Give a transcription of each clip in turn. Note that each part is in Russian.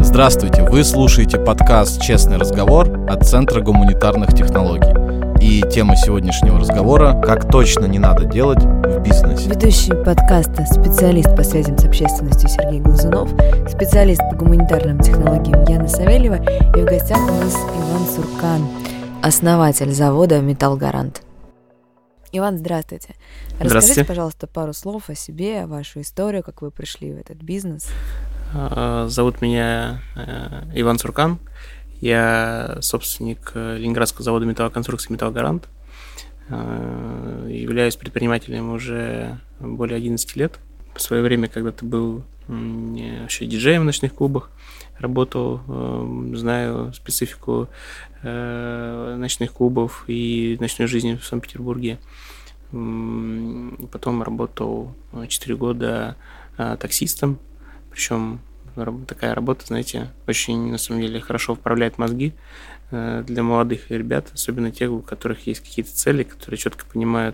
Здравствуйте, вы слушаете подкаст «Честный разговор» от Центра гуманитарных технологий. И тема сегодняшнего разговора – как точно не надо делать в бизнесе. Ведущий подкаста, специалист по связям с общественностью Сергей Глазунов, специалист по гуманитарным технологиям Яна Савельева, и в гостях у нас Иван Суркан, основатель завода «Металлгарант». Иван, здравствуйте. Расскажите, пожалуйста, пару слов о себе, о вашу историю, как вы пришли в этот бизнес. Зовут меня Иван Суркан. Я собственник Ленинградского завода металлоконструкций «Металлгарант». Являюсь предпринимателем уже более 11 лет. В свое время когда-то был вообще диджеем в ночных клубах, работал, знаю специфику ночных клубов и ночной жизни в Санкт-Петербурге. Потом работал 4 года таксистом, причем такая работа, знаете, очень, на самом деле, хорошо вправляет мозги для молодых ребят, особенно тех, у которых есть какие-то цели, которые четко понимают,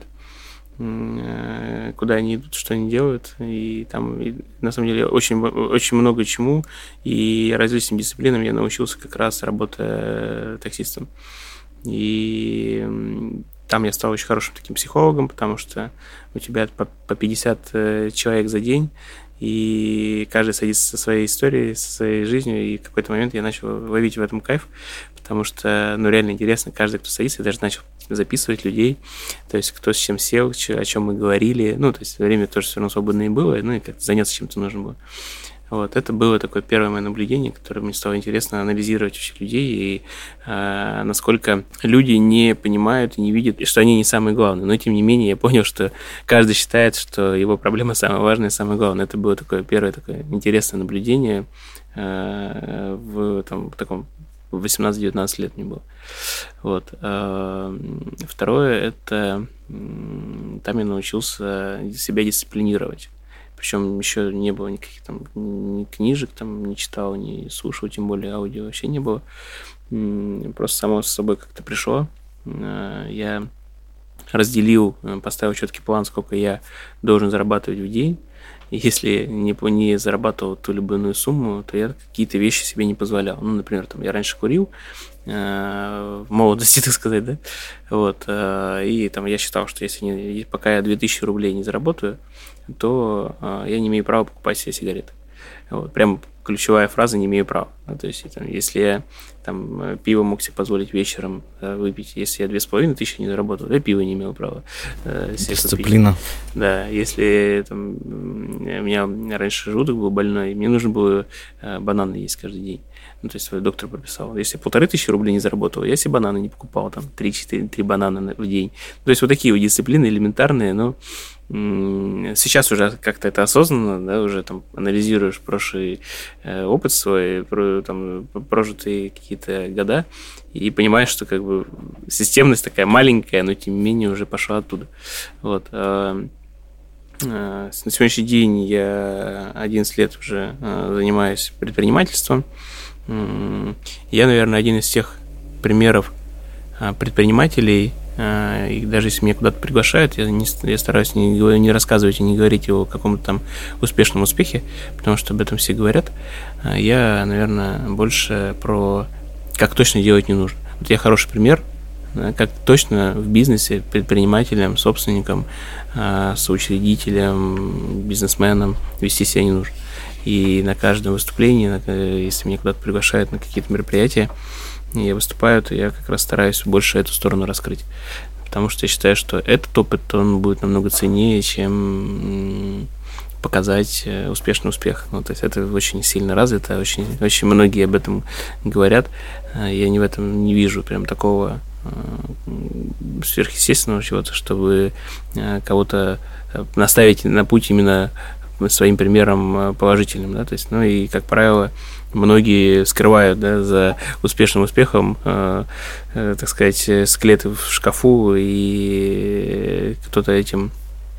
куда они идут, что они делают, и там, на самом деле, очень, очень много чему, и различным дисциплинам я научился как раз, работая таксистом. И там я стал очень хорошим таким психологом, потому что у тебя по 50 человек за день, и каждый садится со своей историей, со своей жизнью, и в какой-то момент я начал ловить в этом кайф, потому что, реально интересно, каждый, кто садится, я даже начал записывать людей, то есть кто с чем сел, о чем мы говорили, то есть время тоже все равно свободное было, и как-то заняться чем-то нужно было. Вот, это было такое первое мое наблюдение, которое мне стало интересно анализировать вообще людей и насколько люди не понимают и не видят, что они не самые главные. Но, тем не менее, я понял, что каждый считает, что его проблема самая важная и самая главная. Это было такое первое такое интересное наблюдение в таком 18-19 лет мне было. Вот. Второе, это там я научился себя дисциплинировать. Причем еще не было никаких там ни книжек, там не читал, не слушал, тем более аудио вообще не было. Просто само с собой как-то пришло. Я разделил, поставил четкий план, сколько я должен зарабатывать в день. И если не зарабатывал ту либо иную сумму, то я какие-то вещи себе не позволял. Например, я раньше курил, в молодости, так сказать, да? Вот. И я считал, что пока я 2000 рублей не заработаю, то я не имею права покупать себе сигареты. Вот. Прям ключевая фраза «не имею права». То есть, если я пиво мог себе позволить вечером выпить, если я 2500 не заработал, я пиво не имел права Дисциплина. Купить. Да, если у меня раньше желудок был больной, мне нужно было бананы есть каждый день. То есть доктор прописал. Если 1500 рублей не заработал, я себе бананы не покупал, 3 банана в день. То есть вот такие вот дисциплины элементарные, но сейчас уже как-то это осознанно, да, уже анализируешь прошлый опыт свой, прожитые какие-то года, и понимаешь, что системность такая маленькая, но тем не менее уже пошла оттуда. Вот. На сегодняшний день я 11 лет уже занимаюсь предпринимательством. Я, наверное, один из тех примеров предпринимателей, и даже если меня куда-то приглашают, я стараюсь не рассказывать и не говорить о каком-то успешном успехе, потому что об этом все говорят. Я, наверное, больше про как точно делать не нужно. Вот я хороший пример, как точно в бизнесе предпринимателям, собственникам, соучредителям, бизнесменам вести себя не нужно. И на каждом выступлении, если меня куда-то приглашают на какие-то мероприятия, я выступаю, то я как раз стараюсь больше эту сторону раскрыть. Потому что я считаю, что этот опыт, он будет намного ценнее, чем показать успешный успех. То есть это очень сильно развито, очень, очень многие об этом говорят. Я в этом не вижу прям такого сверхъестественного чего-то, чтобы кого-то наставить на путь именно своим примером положительным, да, то есть, и, как правило, многие скрывают, да, за успешным успехом, так сказать, скелеты в шкафу, и кто-то этим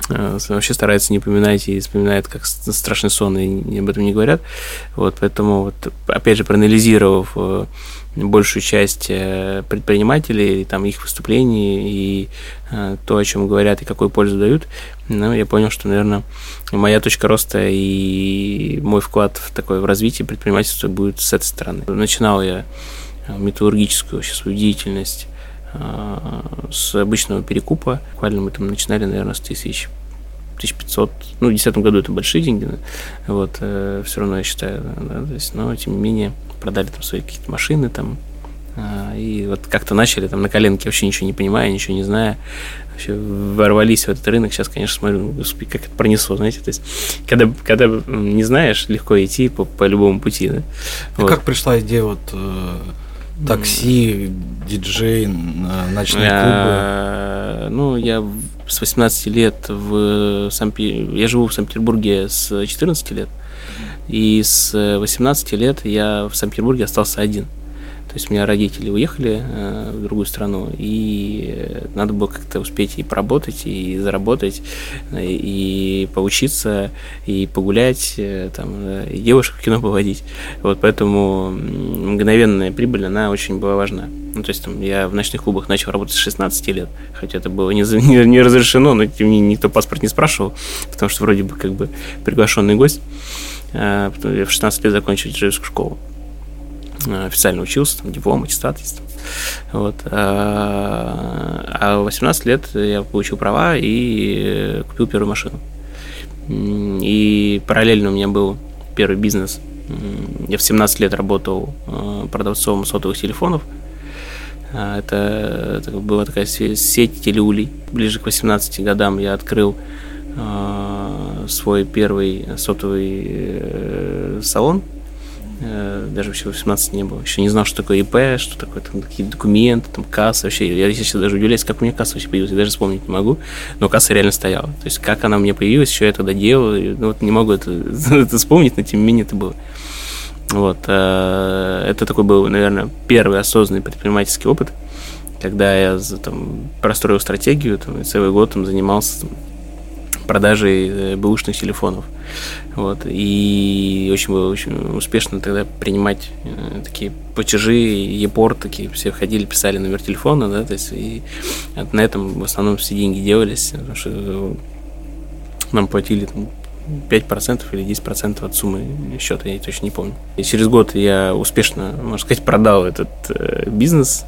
вообще стараются не поминать и вспоминают как страшный сон, и об этом не говорят. Вот, поэтому, вот, опять же, проанализировав большую часть предпринимателей, там, их выступлений и то, о чем говорят и какую пользу дают, я понял, что, наверное, моя точка роста и мой вклад в такое в развитие предпринимательства будет с этой стороны. Начинал я металлургическую вообще свою деятельность с обычного перекупа. Буквально мы там начинали, наверное, с 1500. В 2010 году это большие деньги, вот, все равно я считаю, да, то есть, но тем не менее продали там свои какие-то машины там, и вот как-то начали там на коленке, вообще ничего не понимая, ничего не зная, вообще ворвались в этот рынок. Сейчас, конечно, смотрю, господи, как это пронесло, знаете, то есть, когда не знаешь, легко идти по любому пути, да. А вот. Как пришла идея вот такси, диджей, ночные клубы? Я с 18 лет я живу в Санкт-Петербурге с 14 лет, и с 18 лет я в Санкт-Петербурге остался один. То есть у меня родители уехали в другую страну, и надо было как-то успеть и поработать, и заработать, и поучиться, и погулять, там, и девушек в кино поводить. Вот поэтому мгновенная прибыль, она очень была важна. То есть там, я в ночных клубах начал работать с 16 лет, хотя это было не разрешено, но тем не менее никто паспорт не спрашивал, потому что вроде бы как бы приглашенный гость. Потом я в 16 лет закончил диджеевскую школу. Официально учился, там, диплом, аттестат есть. Вот. А в 18 лет я получил права и купил первую машину. И параллельно у меня был первый бизнес. Я в 17 лет работал продавцом сотовых телефонов. Это была такая сеть телеулей. Ближе к 18 годам я открыл свой первый сотовый салон. Даже вообще 18 не было. Еще не знал, что такое ИП, что такое там какие-то документы, там касса. Вообще, я сейчас даже удивляюсь, как у меня касса вообще появилась. Я даже вспомнить не могу. Но касса реально стояла. То есть, как она у меня появилась, что я тогда делал. Не могу это вспомнить, но тем не менее это было. Вот. Это такой был, наверное, первый осознанный предпринимательский опыт, когда я там простроил стратегию, и целый год занимался продажей бэушных телефонов. Вот. И очень было очень успешно тогда принимать такие платежи, e-порт, такие все ходили, писали номер телефона, да, то есть, и на этом в основном все деньги делались, потому что нам платили там 5% или 10% от суммы счета, я точно не помню. И через год я успешно, можно сказать, продал этот бизнес.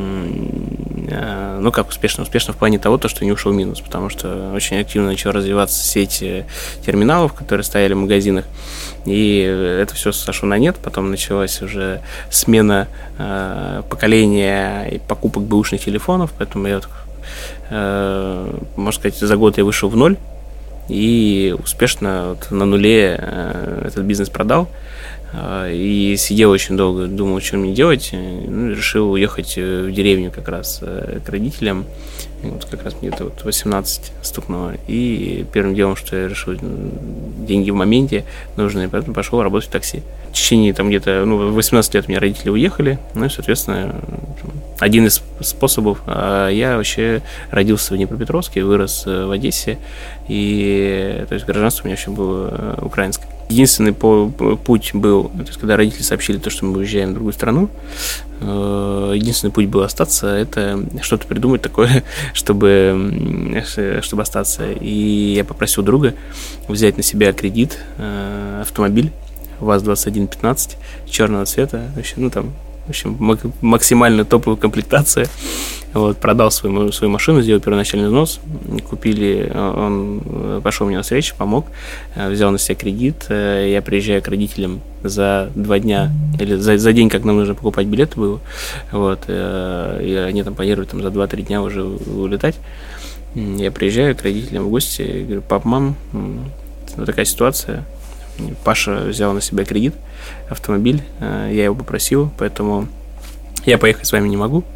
Как успешно? Успешно в плане того, что не ушел в минус, потому что очень активно начала развиваться сеть терминалов, которые стояли в магазинах, и это все сошло на нет. Потом началась уже смена поколения и покупок бэушных телефонов, поэтому я, можно сказать, за год я вышел в ноль, и успешно на нуле этот бизнес продал. И сидел очень долго, думал, что мне делать. Решил уехать в деревню как раз к родителям. Вот как раз мне это 18 стукнуло. И первым делом, что я решил, деньги в моменте нужны, поэтому пошел работать в такси. В течение там где-то, 18 лет у меня родители уехали, и, соответственно, один из способов. Я вообще родился в Днепропетровске, вырос в Одессе, и то есть гражданство у меня вообще было украинское. Единственный путь был, то есть когда родители сообщили то, что мы уезжаем в другую страну, единственный путь был остаться, это что-то придумать такое, чтобы остаться. И я попросил друга взять на себя кредит, автомобиль ВАЗ-2115 черного цвета, в общем, максимально топовую комплектацию. Вот, продал свою машину, сделал первоначальный взнос, купили, он пошел мне навстречу, помог, взял на себя кредит. Я приезжаю к родителям за 2 дня, или за день, как нам нужно покупать билеты было. Вот, и они там планируют за 2-3 дня уже улетать. Я приезжаю к родителям в гости и говорю: пап, мам, вот такая ситуация. Паша взял на себя кредит, автомобиль, я его попросил, поэтому я поехать с вами не могу.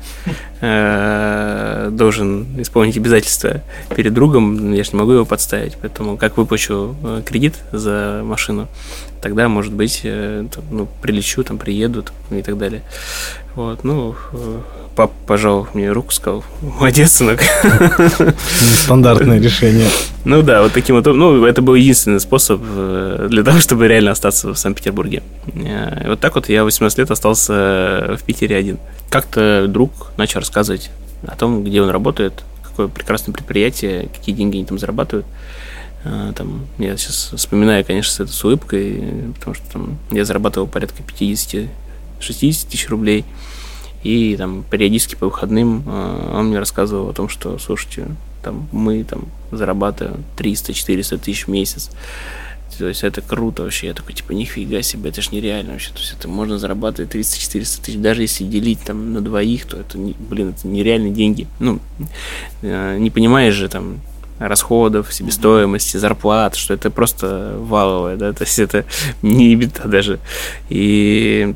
Должен исполнить обязательства перед другом, я же не могу его подставить, поэтому как выплачу кредит за машину, тогда, может быть, прилечу, приеду и так далее. Вот, папа пожал мне руку, сказал: молодец, сынок. Стандартное решение. Ну да, вот таким вот, это был единственный способ для того, чтобы реально остаться в Санкт-Петербурге. И вот так вот я 18 лет остался в Питере один. Как-то друг начал рассказывать о том, где он работает, какое прекрасное предприятие, какие деньги они там зарабатывают. Я сейчас вспоминаю, конечно, это с улыбкой, потому что я зарабатывал порядка 50-60 тысяч рублей. И периодически по выходным он мне рассказывал о том, что, слушайте, мы зарабатываем 300-400 тысяч в месяц. То есть это круто вообще. Я такой, нифига себе, это ж нереально вообще. То есть это можно зарабатывать 300-400 тысяч. Даже если делить на двоих, то это, это нереальные деньги. Не понимаешь же расходов, себестоимости, зарплат, что это просто валовое, да, то есть это не беда даже. И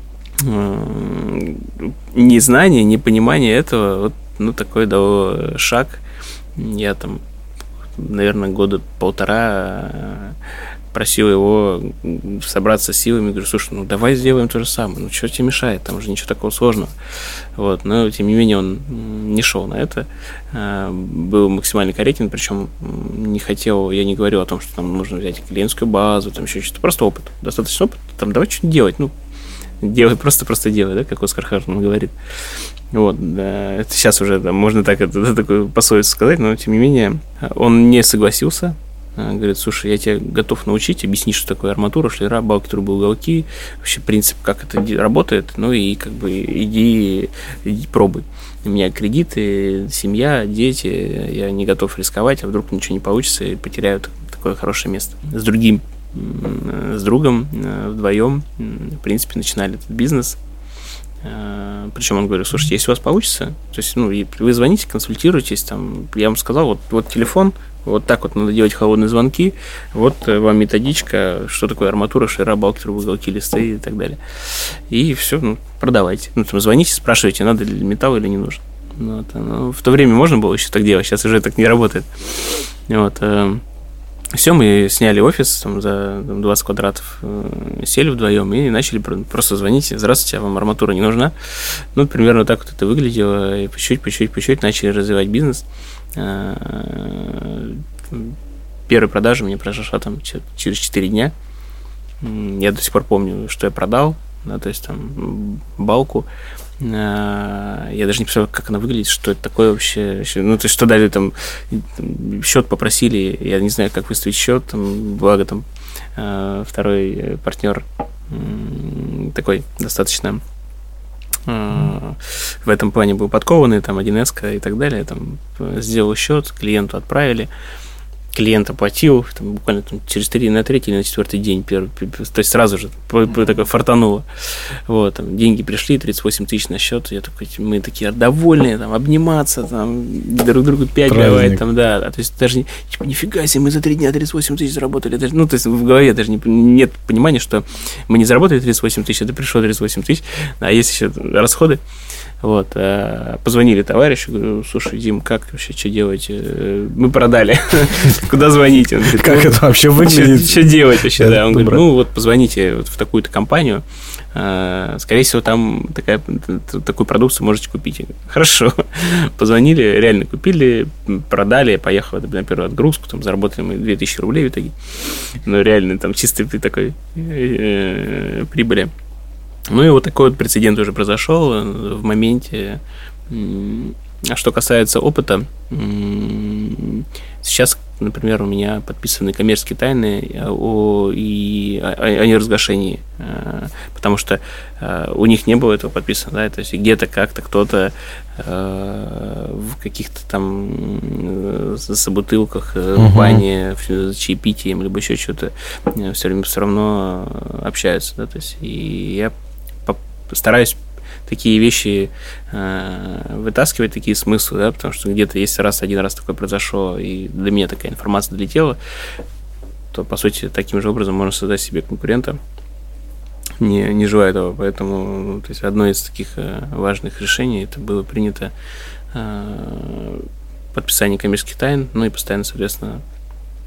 незнание, непонимание этого, такой дало шаг. Я наверное, года полтора просил его собраться с силами, говорю: слушай, давай сделаем то же самое, что тебе мешает, там уже ничего такого сложного. Вот, но тем не менее он не шел на это, был максимально корректен, причем не хотел, я не говорил о том, что нужно взять клиентскую базу, еще что-то, просто опыт, достаточно опыт, давай что-нибудь делать, делай, просто делай, да, как Оскар Хартман говорит. Вот, да, это сейчас уже можно такую пословицу сказать, но тем не менее он не согласился. Говорит: слушай, я тебя готов научить, объяснить, что такое арматура, шлера, балки, трубы, уголки, вообще принцип, как это работает, и иди пробуй. У меня кредиты, семья, дети, я не готов рисковать, а вдруг ничего не получится и потеряю такое хорошее место. С другом вдвоем, в принципе, начинали этот бизнес. Причем он говорит: слушайте, если у вас получится, то есть, вы звоните, консультируйтесь, я вам сказал, вот телефон, вот так вот надо делать холодные звонки, вот вам методичка, что такое арматура, шлера, балки, трубы, уголки, листы и так далее. И все, продавайте. Звоните, спрашивайте, надо ли металл или не нужно. В то время можно было еще так делать, сейчас уже так не работает. Все, мы сняли офис за 20 квадратов, сели вдвоем и начали просто звонить: здравствуйте, а вам арматура не нужна? Примерно так вот это выглядело, и по чуть-чуть начали развивать бизнес. Первая продажа мне произошла через 4 дня. Я до сих пор помню, что я продал, то есть балку. Я даже не представляю, как она выглядит, что это такое вообще. То есть, что дали счет попросили, я не знаю, как выставить счет, благо второй партнер такой достаточно в этом плане был подкованный, 1С и так далее, сделал счет, клиенту отправили. Клиент оплатил, буквально через 3 на 3 или на 4 день, то есть сразу же такое фартануло. Деньги пришли, 38 тысяч на счет, мы такие довольные, обниматься, друг другу 5 давать, да, то есть даже нифига себе, мы за 3 дня 38 тысяч заработали, даже, то есть в голове даже нет понимания, что мы не заработали 38 тысяч, это пришло 38 тысяч, а есть еще расходы. Позвонили товарищу, говорю: слушай, Дим, как вообще, что делать? Мы продали. Куда звонить? Он говорит: как это вообще выглядит? Что делать вообще? Да, он говорит: позвоните в такую-то компанию. Скорее всего, там такую продукцию можете купить. Хорошо. Позвонили, реально купили, продали, поехал на первую отгрузку, заработали мы 2000 рублей в итоге. Реально, чистой такой прибыли. И такой прецедент уже произошел в моменте. А что касается опыта, сейчас, например, у меня подписаны коммерческие тайны о неразглашении, потому что у них не было этого подписано, да, то есть где-то как-то кто-то в каких-то собутылках в бане, с чаепитием, либо еще что-то все равно общаются, да, то есть и я стараюсь такие вещи вытаскивать, такие смыслы, да, потому что где-то если один раз такое произошло, и до меня такая информация долетела, то, по сути, таким же образом можно создать себе конкурента, не желая этого. Поэтому то есть одно из таких важных решений это было принято подписание коммерческих тайн, и постоянно, соответственно,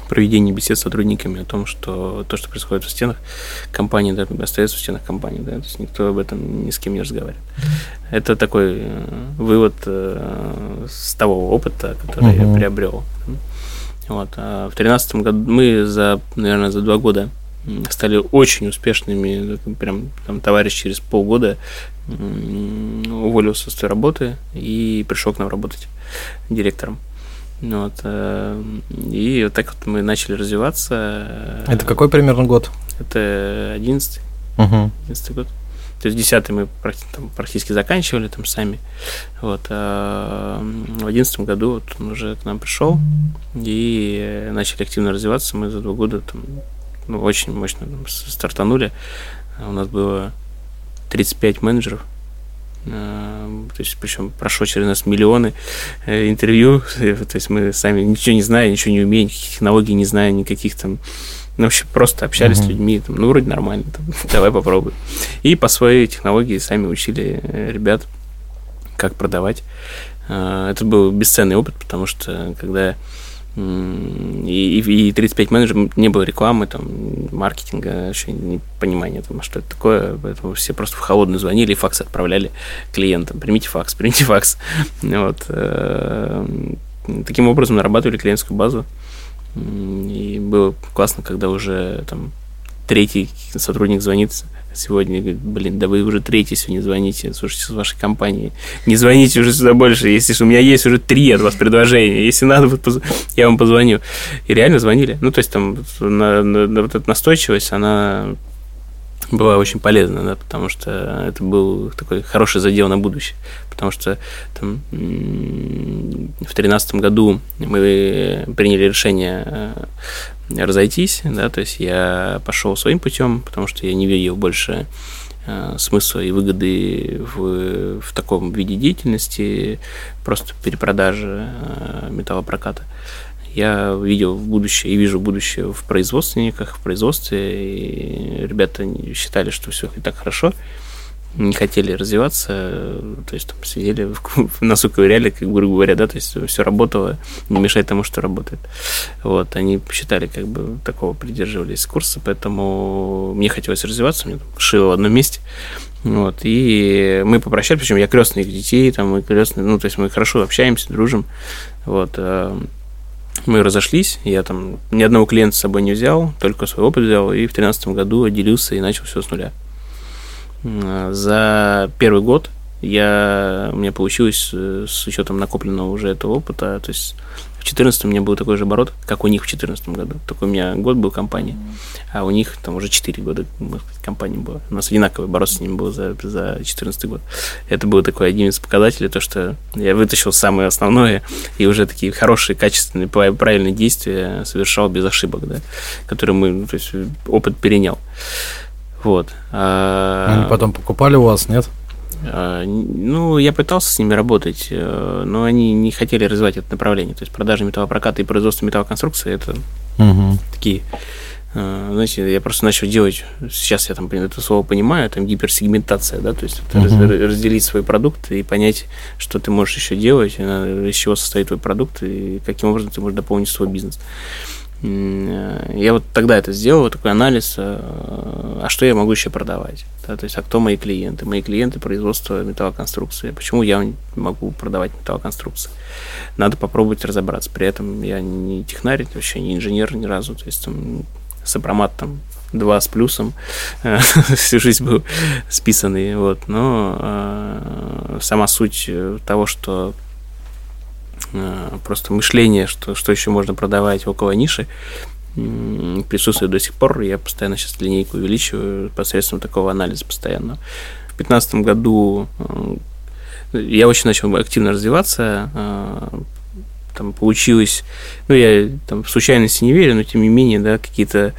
проведение бесед с сотрудниками о том, что то, что происходит в стенах компании, да, остается в стенах компании, да, то есть никто об этом ни с кем не разговаривает. Это такой вывод с того опыта, который я приобрел. Вот. А в 2013 году мы наверное, за 2 года стали очень успешными, прям там товарищ через полгода уволился с той работы и пришел к нам работать директором. Вот. И вот так вот мы начали развиваться. Это какой примерно год? Это 11-й год. То есть 10-й мы практически заканчивали там сами. Вот. А в 2011 году вот он уже к нам пришел и начали активно развиваться. Мы за 2 года очень мощно стартанули. У нас было 35 менеджеров. То есть, причем прошло через нас миллионы интервью. То есть мы сами ничего не знаем, ничего не умеем, никаких технологий не знаем, никаких там. Вообще просто общались с людьми, вроде нормально, давай попробуем. И по своей технологии сами учили ребят, как продавать. Это был бесценный опыт, потому что когда и 35 менеджеров, не было рекламы, маркетинга, вообще не понимания, что это такое, поэтому все просто в холодную звонили и факсы отправляли клиентам. Примите факс. Вот. Таким образом нарабатывали клиентскую базу. И было классно, когда уже 3-й сотрудник звонит сегодня и говорит: да вы уже 3-й сегодня звоните, слушайте, с вашей компании, не звоните уже сюда больше, если у меня есть уже 3 от вас предложения, если надо, я вам позвоню. И реально звонили. То есть вот эта настойчивость, она была очень полезна, да, потому что это был такой хороший задел на будущее. Потому что в 2013 году мы приняли решение разойтись, да, то есть я пошел своим путем, потому что я не видел больше смысла и выгоды в таком виде деятельности, просто перепродажи металлопроката. Я видел будущее и вижу будущее в производственниках, в производстве, и ребята считали, что все и так хорошо, не хотели развиваться, то есть сидели в носу ковыряли, грубо говоря, да, то есть все работало, не мешает тому, что работает. Вот, они считали, такого придерживались курса, поэтому мне хотелось развиваться, мне шило в одном месте. Вот, и мы попрощались, причем я крестный их детей, мы крестные, то есть мы хорошо общаемся, дружим. Вот, мы разошлись, я ни одного клиента с собой не взял, только свой опыт взял, и в 2013 году отделился и начал все с нуля. За первый год у меня получилось, с учетом накопленного уже этого опыта, то есть в 2014 у меня был такой же оборот, как у них в 2014 году. Только у меня год был компания, а у них уже 4 года компания была. У нас одинаковый оборот с ними был за 2014 год. Это был такой один из показателей, то, что я вытащил самое основное и уже такие хорошие, качественные, правильные действия совершал без ошибок, да, которые то есть опыт перенял. Вот. Они потом покупали у вас, нет? Я пытался с ними работать, но они не хотели развивать это направление. То есть продажа металлопроката и производство металлоконструкции – это такие… Знаете, я просто начал делать, сейчас я это слово понимаю, гиперсегментация, да, то есть это разделить свой продукт и понять, что ты можешь еще делать, из чего состоит твой продукт и каким образом ты можешь дополнить свой бизнес. Я вот тогда это сделал, такой анализ, а что я могу еще продавать, да, то есть, а кто мои клиенты? Мои клиенты – производство металлоконструкции. Почему я не могу продавать металлоконструкции? Надо попробовать разобраться. При этом я не технарь, вообще не инженер ни разу, то есть сопромат 2 с плюсом, всю жизнь был списанный, вот, но сама суть того, что просто мышление, что еще можно продавать около ниши, присутствует до сих пор. Я постоянно сейчас линейку увеличиваю посредством такого анализа постоянно. В 2015 году я очень начал активно развиваться. Получилось, я в случайности не верю, но тем не менее, да, какие-то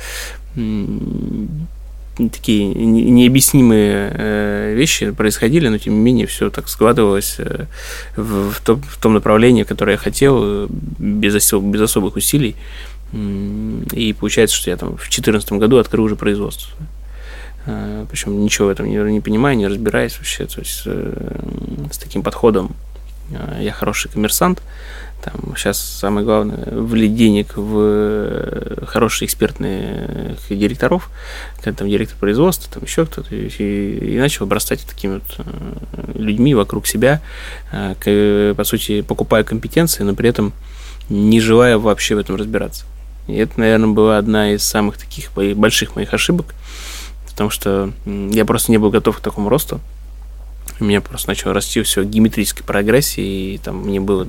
такие необъяснимые вещи происходили, но тем не менее все так складывалось в том направлении, которое я хотел, без особых усилий. И получается, что я в 2014 году открыл уже производство. Причем ничего в этом не понимаю, не разбираюсь вообще. То есть с таким подходом я хороший коммерсант, Там сейчас самое главное влить денег в хорошие экспертные директоров, когда там директор производства, там еще кто-то, и начал обрастать такими вот людьми вокруг себя, по сути, покупая компетенции, но при этом не желая вообще в этом разбираться. И это, наверное, была одна из самых таких больших моих ошибок, потому что я просто не был готов к такому росту. У меня просто начало расти все в геометрической прогрессии, и там мне было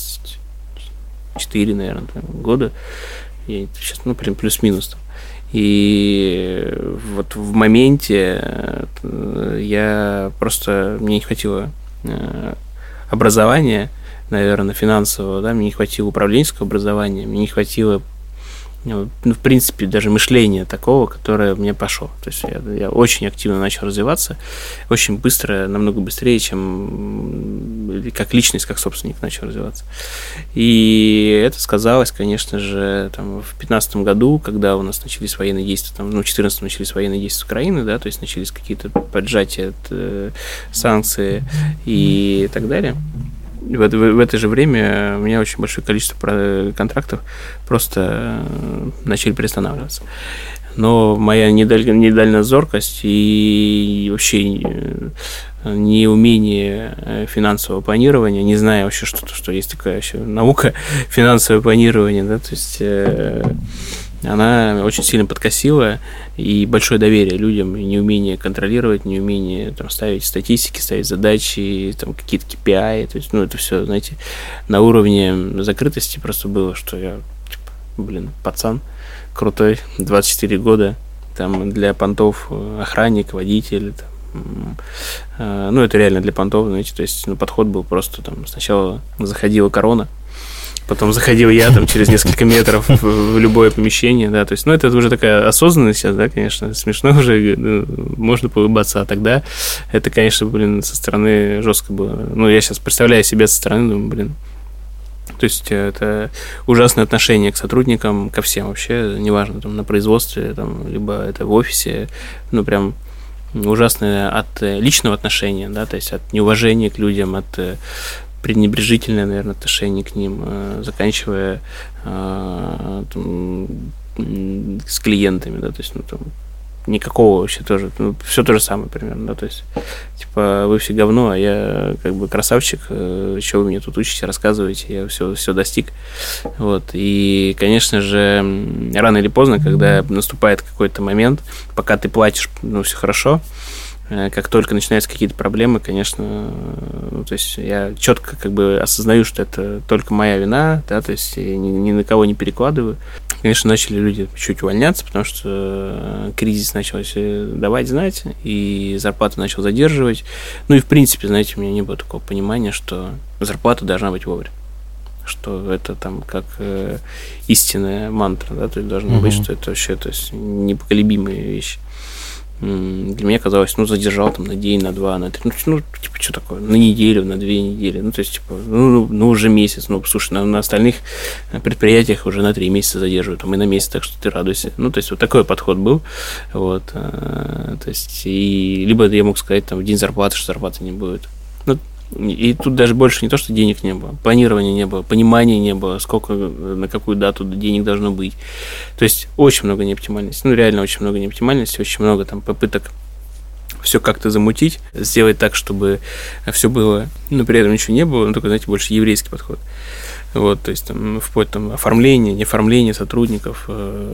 24, наверное, года, и сейчас, прям плюс-минус там. И вот в моменте мне не хватило образования, наверное, финансового, да, мне не хватило управленческого образования, мне не хватило, в принципе, даже мышления такого, которое мне пошло. То есть я очень активно начал развиваться, очень быстро, намного быстрее, чем как личность, как собственник начал развиваться. И это сказалось, конечно же, там, в 2015 году, когда у нас начались военные действия, в 2014 начались военные действия Украины, да, то есть начались какие-то поджатия, санкции и так далее. В это же время у меня очень большое количество контрактов просто начали перестанавливаться. Но моя недальная зоркость и вообще неумение финансового планирования, не зная вообще, что есть такая вообще наука финансовое планирование, да, то есть она очень сильно подкосила, и большое доверие людям, и неумение контролировать, неумение там, ставить статистики, ставить задачи, там, какие-то KPI, то есть, это все, знаете, на уровне закрытости просто было, что я, пацан крутой, 24 года, там, для понтов охранник, водитель, там, это реально для понтов, знаете, то есть, подход был просто, там, сначала заходила корона, потом заходил я там через несколько метров в любое помещение, да, то есть, это уже такая осознанность сейчас, да, конечно, смешно уже, можно поулыбаться, а тогда это, конечно, со стороны жестко было. Я сейчас представляю себя со стороны, думаю, то есть это ужасное отношение к сотрудникам, ко всем вообще, неважно, там, на производстве, там, либо это в офисе, прям ужасное от личного отношения, да, то есть от неуважения к людям, от пренебрежительное, наверное, отношение к ним, заканчивая с клиентами, да, то есть, никакого вообще тоже, все то же самое примерно, да, то есть, вы все говно, а я красавчик, что вы мне тут учите, рассказываете, я все достиг, вот, и, конечно же, рано или поздно, когда наступает какой-то момент, пока ты платишь, все хорошо, как только начинаются какие-то проблемы, конечно, то есть я четко осознаю, что это только моя вина, да, то есть я ни на кого не перекладываю. Конечно, начали люди чуть увольняться, потому что кризис начал давать знать, и зарплату начал задерживать. И, в принципе, знаете, у меня не было такого понимания, что зарплата должна быть вовремя. Что это там как истинная мантра, да, то есть должно быть, что это вообще, то есть непоколебимые вещи. Для меня казалось, задержал там на день, на два, на три, что такое, на неделю, на 2 недели, то есть, уже месяц, слушай, на остальных предприятиях уже на 3 месяца задерживают, а мы на месяц, так что ты радуйся, то есть, вот такой подход был, вот, то есть, и либо я мог сказать, там, в день зарплаты, что зарплаты не будет, и тут даже больше не то, что денег не было, планирования не было, понимания не было, сколько, на какую дату денег должно быть. То есть очень много неоптимальности. Реально очень много неоптимальности, очень много там попыток все как-то замутить, сделать так, чтобы все было, при этом ничего не было, только, знаете, больше еврейский подход. Вот, то есть там вплоть там оформление, не оформление сотрудников,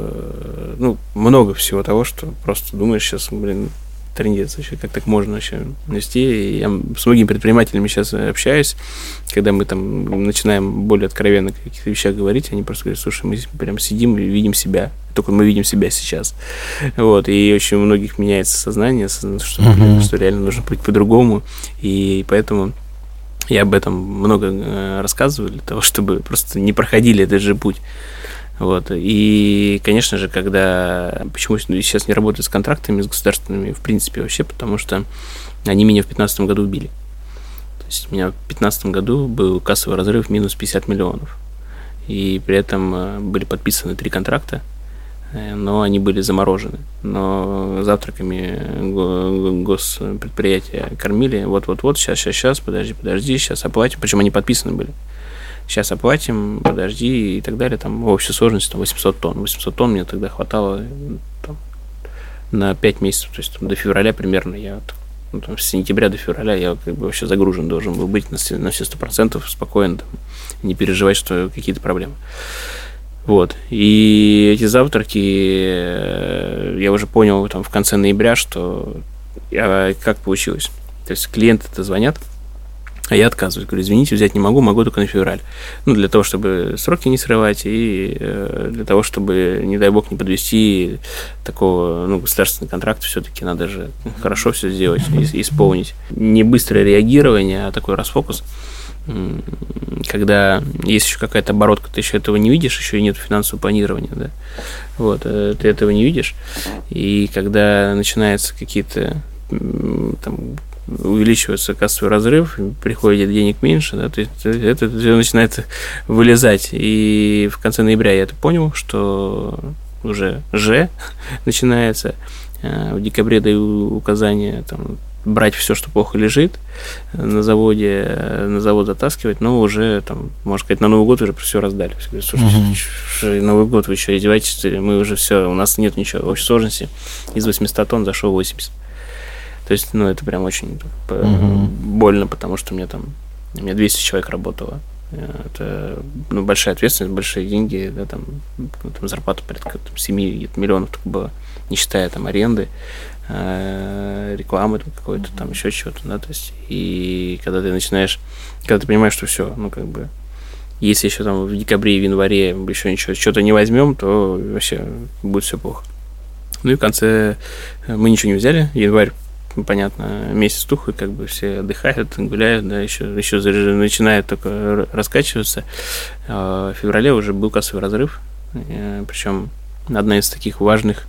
много всего того, что просто думаешь сейчас, трындец вообще, как так можно вообще вести. И я с многими предпринимателями сейчас общаюсь, когда мы там начинаем более откровенно о каких-то вещах говорить, они просто говорят, слушай, мы прям сидим и видим себя, только мы видим себя сейчас. Вот, и очень у многих меняется сознание, что реально нужно быть по-другому, и поэтому я об этом много рассказываю, для того, чтобы просто не проходили этот же путь. Вот. И, конечно же, почему сейчас не работаю с контрактами, с государственными, в принципе, вообще, потому что они меня в 2015 году убили. То есть у меня в 2015 году был кассовый разрыв минус 50 миллионов. И при этом были подписаны 3 контракта, но они были заморожены. Но завтраками госпредприятия кормили, вот-вот-вот, сейчас, подожди, сейчас оплатим. Причем они подписаны были. сейчас оплатим, подожди и так далее. Там в общей сложности там 800 тонн. 800 тонн мне тогда хватало там, на 5 месяцев, то есть там, до февраля примерно я там, с сентября до февраля я как бы вообще загружен должен был быть на все 100%, спокойно, там, не переживать, что какие-то проблемы. Вот. И эти завтраки я уже понял там, в конце ноября, что как получилось. То есть клиенты-то звонят, а я отказываюсь. Говорю, извините, взять не могу только на февраль. Ну, для того, чтобы сроки не срывать, и для того, чтобы, не дай бог, не подвести такого, государственный контракт, все-таки надо же хорошо все сделать, исполнить. Не быстрое реагирование, а такой расфокус. Когда есть еще какая-то оборотка, ты еще этого не видишь, еще и нет финансового планирования, да. Вот, ты этого не видишь. И когда начинаются какие-то там увеличивается кассовый разрыв, приходит денег меньше, да, то есть это начинает вылезать. И в конце ноября я это понял, что уже начинается. В декабре даю указание там, брать все, что плохо лежит, на завод затаскивать, но уже, там, можно сказать, на Новый год уже все раздали. Слушайте, Новый год вы еще издеваетесь, мы уже все, у нас нет ничего. В общей сложности из 800 тонн зашло 80. То есть, это прям очень больно, потому что у меня 200 человек работало. Это большая ответственность, большие деньги, да, там зарплата порядка 7 миллионов только было, не считая там аренды, рекламы какой-то, там еще чего-то, да, то есть, и когда ты понимаешь, что все, если еще там в декабре и в январе еще ничего, что-то не возьмем, то вообще будет все плохо. И в конце мы ничего не взяли, январь, понятно, месяц тухлый, как бы все отдыхают, гуляют, да, еще начинает только раскачиваться. В феврале уже был кассовый разрыв, причем одна из таких важных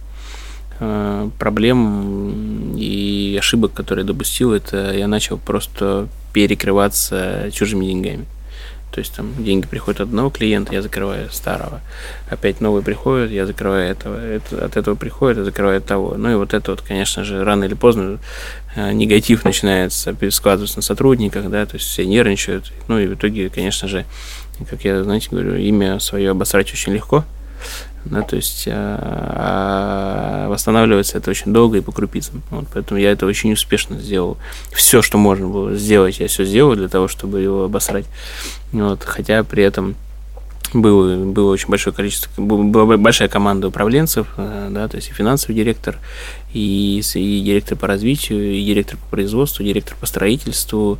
проблем и ошибок, которые я допустил, это я начал просто перекрываться чужими деньгами. То есть там деньги приходят от одного клиента, я закрываю старого. Опять новый приходит, я закрываю этого. От этого приходит, я закрываю того. И вот это вот, конечно же, рано или поздно негатив начинается складываться на сотрудниках, да, то есть все нервничают. И в итоге, конечно же, как я, говорю, имя свое обосрать очень легко. Да, то есть восстанавливается это очень долго и по крупицам. Вот, поэтому я это очень успешно сделал. Все, что можно было сделать, я все сделал для того, чтобы его обосрать. Вот, хотя при этом было очень большое количество, была большая команда управленцев, да, то есть и финансовый директор, и директор по развитию, и директор по производству, и директор по строительству.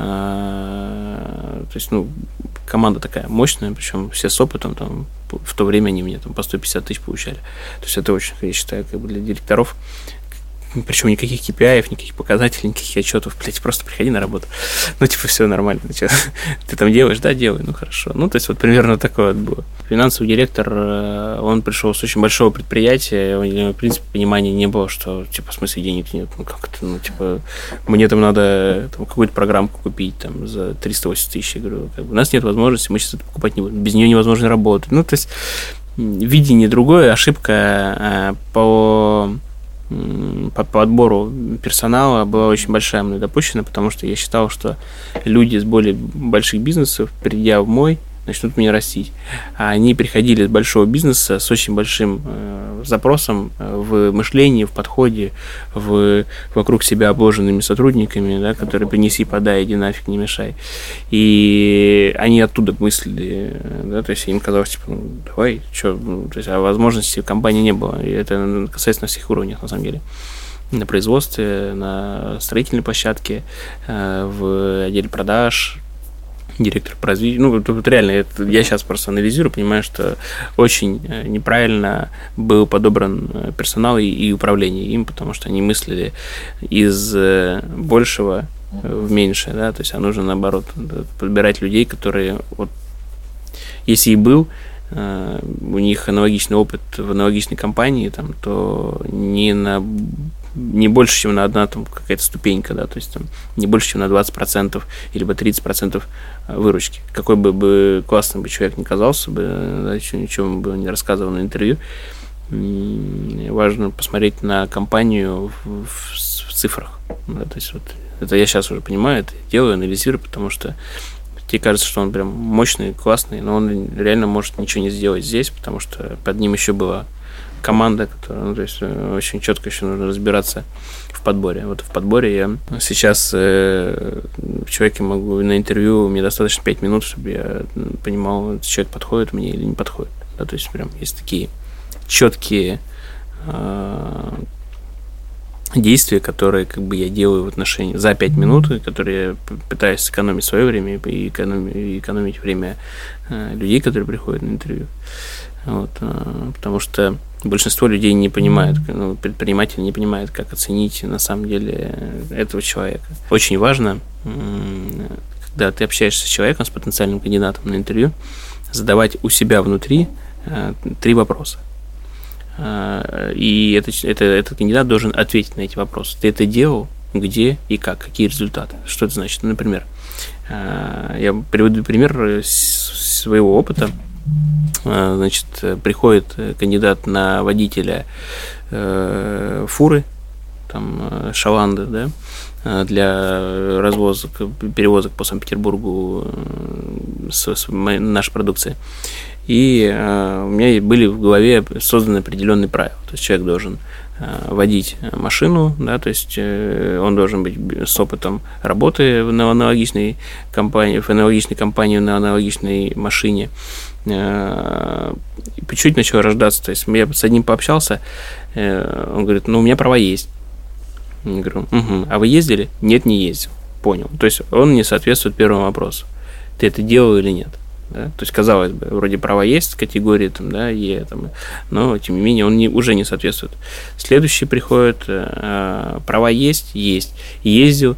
То есть, команда такая мощная, причем все с опытом, там, в то время они мне там по 150 тысяч получали. То есть это очень, я считаю, как бы для директоров. Причем никаких KPI, никаких показателей, никаких отчетов. Блять, просто приходи на работу. Все нормально. Ты там делаешь? Да, делай. Хорошо. То есть вот примерно такое вот было. Финансовый директор, он пришел с очень большого предприятия, у него, в принципе, понимания не было, что, в смысле, денег нет. Мне там надо какую-то программку купить там за 380 тысяч. Я говорю, у нас нет возможности, мы сейчас это покупать не будем. Без нее невозможно работать. То есть видение другое, ошибка по отбору персонала была очень большая мной допущена, потому что я считал, что люди с более больших бизнесов, придя в мой, начнут меня растить. А они приходили с большого бизнеса с очень большим запросом в мышлении, в подходе, вокруг себя обложенными сотрудниками, да, которые принеси, подай, иди нафиг, не мешай. И они оттуда мыслили, да, то есть им казалось, давай, что, то есть, а возможности в компании не было. И это касается на всех уровнях, на самом деле. На производстве, на строительной площадке, в отделе продаж, директор по развитию. Тут реально, я сейчас просто анализирую, понимаю, что очень неправильно был подобран персонал и управление им, потому что они мыслили из большего в меньшее, да, то есть нужно, наоборот, подбирать людей, которые, вот, если и был у них аналогичный опыт в аналогичной компании, там, то не больше, чем на одна там какая-то ступенька, да, то есть там не больше, чем на 20% или 30% выручки. Какой бы классный бы человек ни казался бы, да, ничего бы не рассказывал на интервью, важно посмотреть на компанию в цифрах. Да, то есть вот это я сейчас уже понимаю, это делаю, анализирую, потому что тебе кажется, что он прям мощный, классный, но он реально может ничего не сделать здесь, потому что под ним еще была команда, которая, то есть очень четко еще нужно разбираться в подборе. Вот в подборе я сейчас человеке могу на интервью, мне достаточно 5 минут, чтобы я понимал, этот человек подходит мне или не подходит. Да, то есть прям есть такие четкие действия, которые как бы я делаю в отношении за 5 минут, которые я пытаюсь сэкономить свое время и экономить время людей, которые приходят на интервью. Вот, потому что большинство людей не понимают, предприниматели не понимают, как оценить на самом деле этого человека. Очень важно, когда ты общаешься с человеком, с потенциальным кандидатом на интервью, задавать у себя внутри 3 вопроса. И этот кандидат должен ответить на эти вопросы. Ты это делал? Где и как? Какие результаты? Что это значит? Например, я приведу пример своего опыта. Значит, приходит кандидат на водителя фуры, там, Шаланды, да, для перевозок по Санкт-Петербургу нашей продукции. И у меня были в голове созданы определенные правила. То есть человек должен водить машину, да, то есть он должен быть с опытом работы в аналогичной компании, на аналогичной машине. И чуть-чуть начал рождаться. То есть я с одним пообщался, он говорит, у меня права есть. Я говорю, а вы ездили? Нет, не ездил. Понял. То есть он не соответствует первому вопросу. Ты это делал или нет? Да? То есть, казалось бы, вроде права есть в категории там, да, Е, там, но, тем не менее, он уже не соответствует. Следующий приходит, права есть, ездил,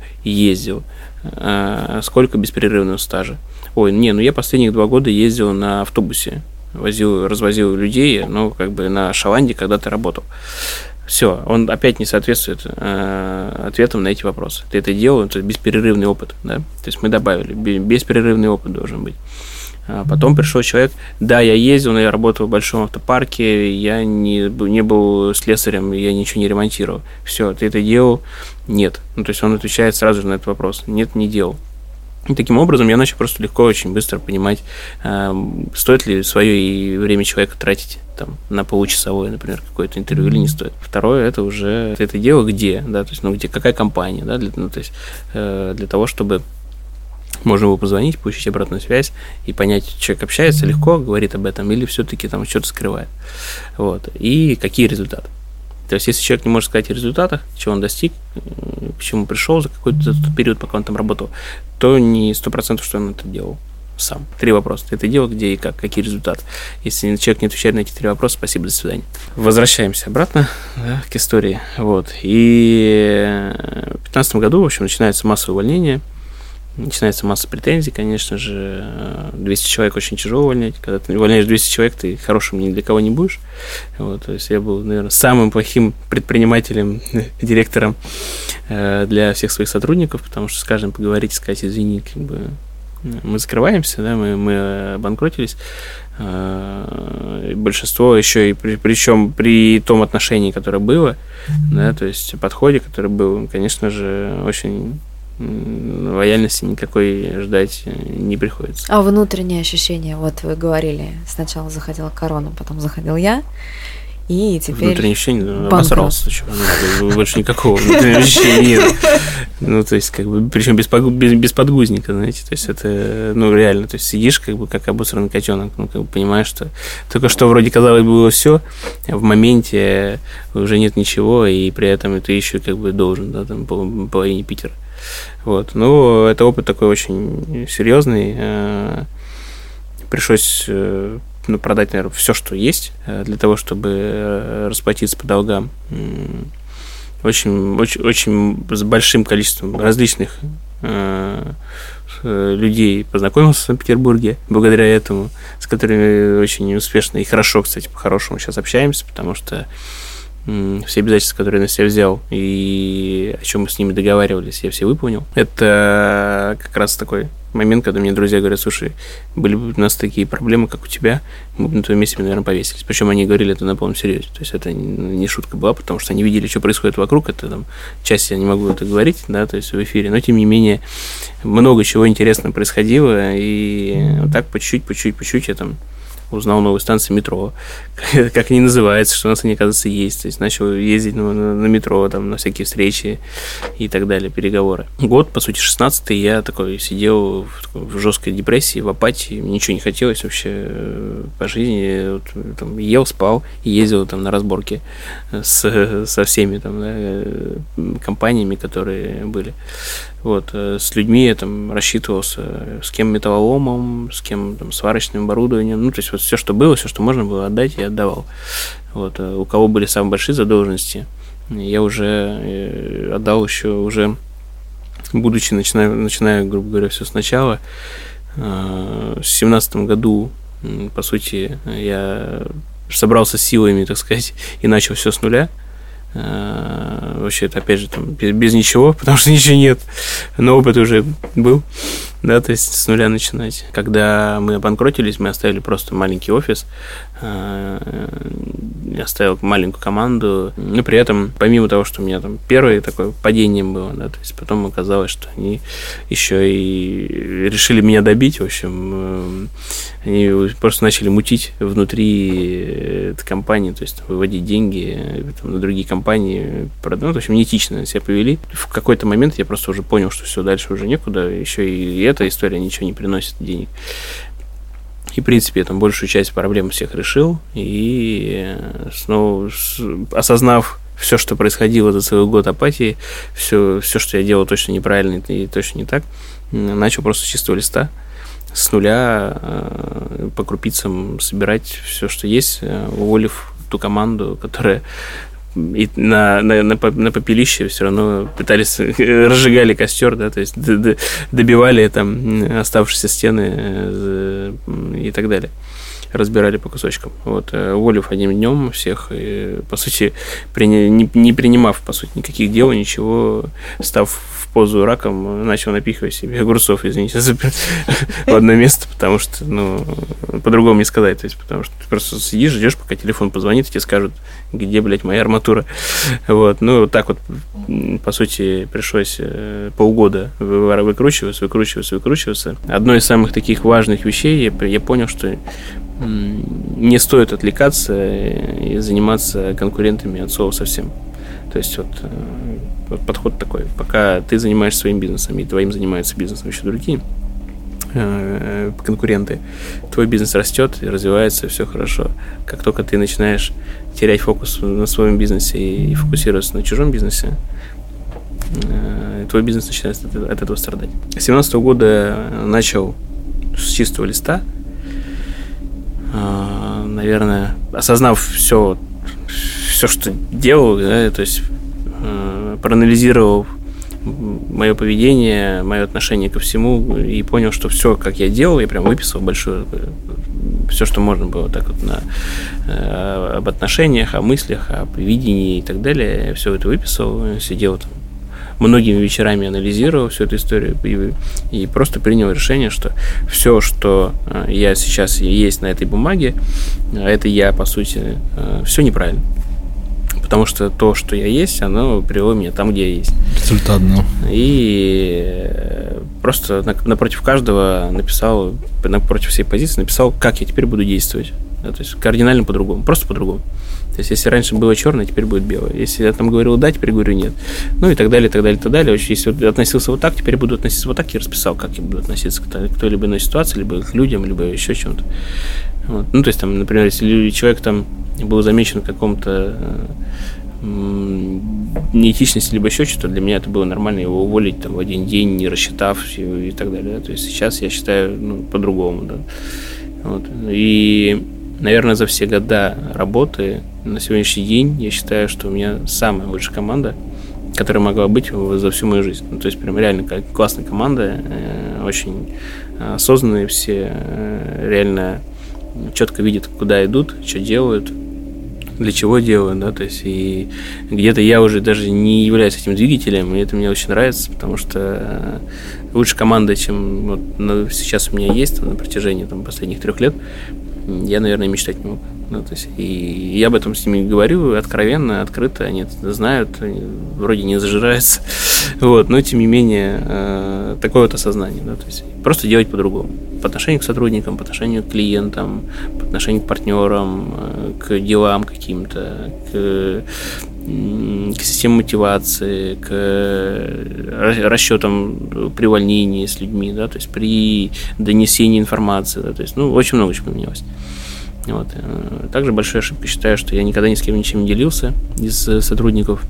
сколько беспрерывного стажа? Ой, я последних 2 года ездил на автобусе, развозил людей, как бы на Шаланде когда-то работал. Все, он опять не соответствует ответам на эти вопросы. Ты это делал, это беспрерывный опыт, да? То есть мы добавили, беспрерывный опыт должен быть. Потом пришел человек, да, я ездил, но я работал в большом автопарке, я не был слесарем, я ничего не ремонтировал. Все, ты это делал? Нет. То есть он отвечает сразу же на этот вопрос. Нет, не делал. И таким образом я начал просто легко, очень быстро понимать, стоит ли свое время человека тратить там, на получасовое, например, какое-то интервью или не стоит. Второе, это уже ты это дело где, да, то есть, где, какая компания, да, для того, чтобы можно было позвонить, получить обратную связь и понять, человек общается легко, говорит об этом, или все-таки там что-то скрывает. Вот. И какие результаты. То есть, если человек не может сказать о результатах, чего он достиг, к чему пришел за какой-то период, пока он там работал, то не 100%, что он это делал сам. 3 вопроса. Ты это делал, где и как, какие результаты. Если человек не отвечает на эти 3 вопроса, спасибо, до свидания. Возвращаемся обратно, да, к истории. Вот. И в 2015 году, в общем, начинается массовое увольнение. Начинается масса претензий, конечно же. 200 человек очень тяжело увольнять. Когда ты увольняешь 200 человек, ты хорошим ни для кого не будешь. Вот, то есть я был, наверное, самым плохим предпринимателем, директором для всех своих сотрудников, потому что с каждым поговорить и сказать, извини, как бы мы закрываемся, да, мы обанкротились. Большинство еще и причем при том отношении, которое было, да, то есть подходе, который был, конечно же, очень лояльности никакой ждать не приходится. А внутренние ощущения, вот вы говорили, сначала заходила корона, потом заходил я, и теперь... Внутренние ощущения, обосрался, больше никакого внутреннего ощущения нет. То есть, как бы, причем без подгузника, знаете, то есть, это, реально, то есть, сидишь, как бы, как обосранный котенок, как бы, понимаешь, что только что вроде казалось было все, а в моменте уже нет ничего, и при этом ты еще, как бы, должен, да, там, половине Питера. Вот. Это опыт такой очень серьезный. Пришлось продать, наверное, все, что есть, для того, чтобы расплатиться по долгам. Очень с большим количеством различных людей познакомился в Санкт-Петербурге благодаря этому, с которыми очень успешно и хорошо, кстати, по-хорошему сейчас общаемся, потому что все обязательства, которые я на себя взял, и о чем мы с ними договаривались, я все выполнил. Это как раз такой момент, когда мне друзья говорят: слушай, были бы у нас такие проблемы, как у тебя, мы бы на твоем месте, наверное, повесились. Причем они говорили это на полном серьезе. То есть это не шутка была, потому что они видели, что происходит вокруг. Это там часть я не могу это говорить, да, то есть в эфире, но тем не менее много чего интересного происходило, и вот так по чуть-чуть я там узнал новые станции метро, как они называются, что у нас они, оказывается, есть. То есть начал ездить на метро, там, на всякие встречи и так далее, переговоры. Год, по сути, 16-й, я такой сидел в жесткой депрессии, в апатии, мне ничего не хотелось вообще по жизни. Вот, там, ел, спал и ездил там на разборки со всеми там, да, компаниями, которые были. Вот, с людьми я там рассчитывался, с кем металлоломом, с кем там сварочным оборудованием, ну, то есть вот все, что было, все, что можно было отдать, я отдавал. Вот, у кого были самые большие задолженности, я уже отдал еще уже, будучи, начиная, грубо говоря, все сначала. В 17-м году, по сути, я собрался силами, так сказать, и начал все с нуля. Вообще, это опять же там без ничего, потому что ничего нет, но опыт уже был, да, то есть с нуля начинать. Когда мы обанкротились, мы оставили просто маленький офис, оставил маленькую команду, но при этом, помимо того, что у меня там первое такое падение было, да, то есть потом оказалось, что они еще и решили меня добить, в общем, они просто начали мутить внутри этой компании, то есть выводить деньги там, на другие компании, ну, в общем, неэтично себя повели. В какой-то момент я просто уже понял, что все, дальше уже некуда, еще и эта история ничего не приносит денег. И, в принципе, я там большую часть проблем всех решил, и снова осознав все, что происходило за целый год апатии, все, что я делал точно неправильно и точно не так, начал просто с чистого листа, с нуля по крупицам собирать все, что есть, уволив ту команду, которая и на попелище все равно пытались, разжигали костер, да, то есть добивали там оставшиеся стены и так далее, разбирали по кусочкам. Вот, уволив одним днем всех, и, по сути, не принимав, по сути, никаких дел, ничего, став в позу раком, начал напихивать себе огурцов, извините, в одно место, потому что, ну, по-другому не сказать, то есть, потому что ты просто сидишь, ждешь, пока телефон позвонит, и тебе скажут, где, блядь, моя арматура. Вот, ну, вот так вот, по сути, пришлось полгода выкручиваться. Одно из самых таких важных вещей, я понял, что не стоит отвлекаться и заниматься конкурентами от слова совсем. То есть вот подход такой. Пока ты занимаешься своим бизнесом, и твоим занимаются бизнесом еще другие конкуренты, твой бизнес растет и развивается, все хорошо. Как только ты начинаешь терять фокус на своем бизнесе и фокусироваться на чужом бизнесе, твой бизнес начинает от этого страдать. С 2017 года начал с чистого листа, наверное, осознав все, что делал, да, то есть проанализировал мое поведение, мое отношение ко всему и понял, что все, как я делал, я прям выписал большое, все, что можно было так вот об отношениях, о мыслях, о поведении и так далее. Я все это выписал, сидел там многими вечерами, анализировал всю эту историю и просто принял решение, что все, что я сейчас есть на этой бумаге, это я, по сути, все неправильно. Потому что то, что я есть, оно привело меня там, где я есть. Результат, ну. И просто напротив каждого написал, напротив всей позиции написал, как я теперь буду действовать. Да, то есть кардинально по-другому, просто по-другому. То есть если раньше было черное, теперь будет белое. Если я там говорил да, теперь говорю нет. Ну и так далее, так далее, так далее. Если относился вот так, теперь буду относиться вот так, и расписал, как я буду относиться к той-либо иной ситуации, либо к людям, либо еще чем-то. Вот. Ну, то есть, там, например, если человек там был замечен в каком-то неэтичности, либо еще что-то, для меня это было нормально его уволить там в один день, не рассчитав и так далее. Да? То есть сейчас я считаю по-другому. Да? Вот. И, наверное, за все года работы на сегодняшний день я считаю, что у меня самая лучшая команда, которая могла быть за всю мою жизнь. Ну, то есть прям реально классная команда, очень осознанные все, реально четко видят, куда идут, что делают. для чего делаю, да, то есть и где-то я уже даже не являюсь этим двигателем, и это мне очень нравится, потому что лучше команда, чем вот сейчас у меня есть на протяжении последних 3 лет, я, наверное, мечтать не мог. Ну, то есть, и я об этом с ними говорю откровенно, открыто, они это знают, вроде не зажираются, вот, но тем не менее такое вот осознание, да, то есть просто делать по-другому, по отношению к сотрудникам, по отношению к клиентам, по отношению к партнерам, к делам каким-то, к системе мотивации, к расчетам при увольнении с людьми, да, то есть при донесении информации, да, то есть, очень много чего поменялось. Вот. Также большая ошибка, считаю, что я никогда ни с кем ничем не делился из сотрудников,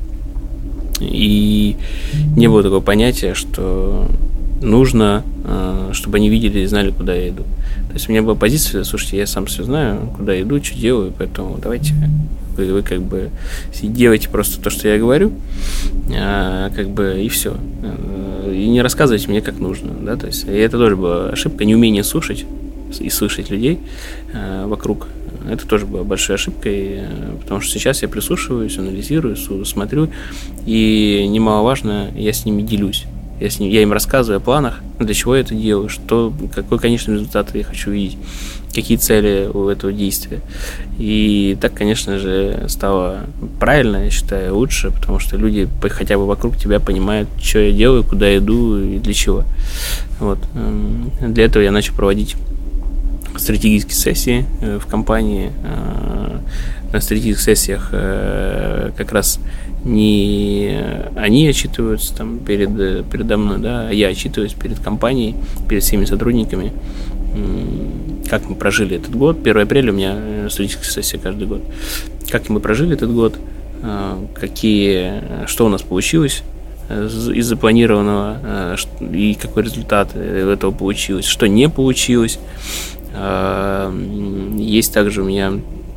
и не было такого понятия, что нужно, чтобы они видели и знали, куда я иду. То есть у меня была позиция: слушайте, я сам все знаю, куда я иду, что делаю, поэтому давайте вы как бы делайте просто то, что я говорю, как бы и все. И не рассказывайте мне, как нужно. Да? То есть, и это тоже была ошибка, неумение слушать и слышать людей вокруг. Это тоже была большой ошибкой, потому что сейчас я прислушиваюсь, анализирую, смотрю, и немаловажно, я с ними делюсь. Я им рассказываю о планах, для чего я это делаю, какой конечный результат я хочу видеть, какие цели у этого действия. И так, конечно же, стало правильно, я считаю, лучше, потому что люди хотя бы вокруг тебя понимают, что я делаю, куда я иду и для чего. Вот. Для этого я начал проводить стратегические сессии в компании. На стратегических сессиях как раз не они отчитываются там передо мной, да, а я отчитываюсь перед компанией, перед всеми сотрудниками, как мы прожили этот год. 1 апреля у меня стратегическая сессия каждый год. Как мы прожили этот год, что у нас получилось из запланированного, и какой результат этого получилось, что не получилось. Есть также у меня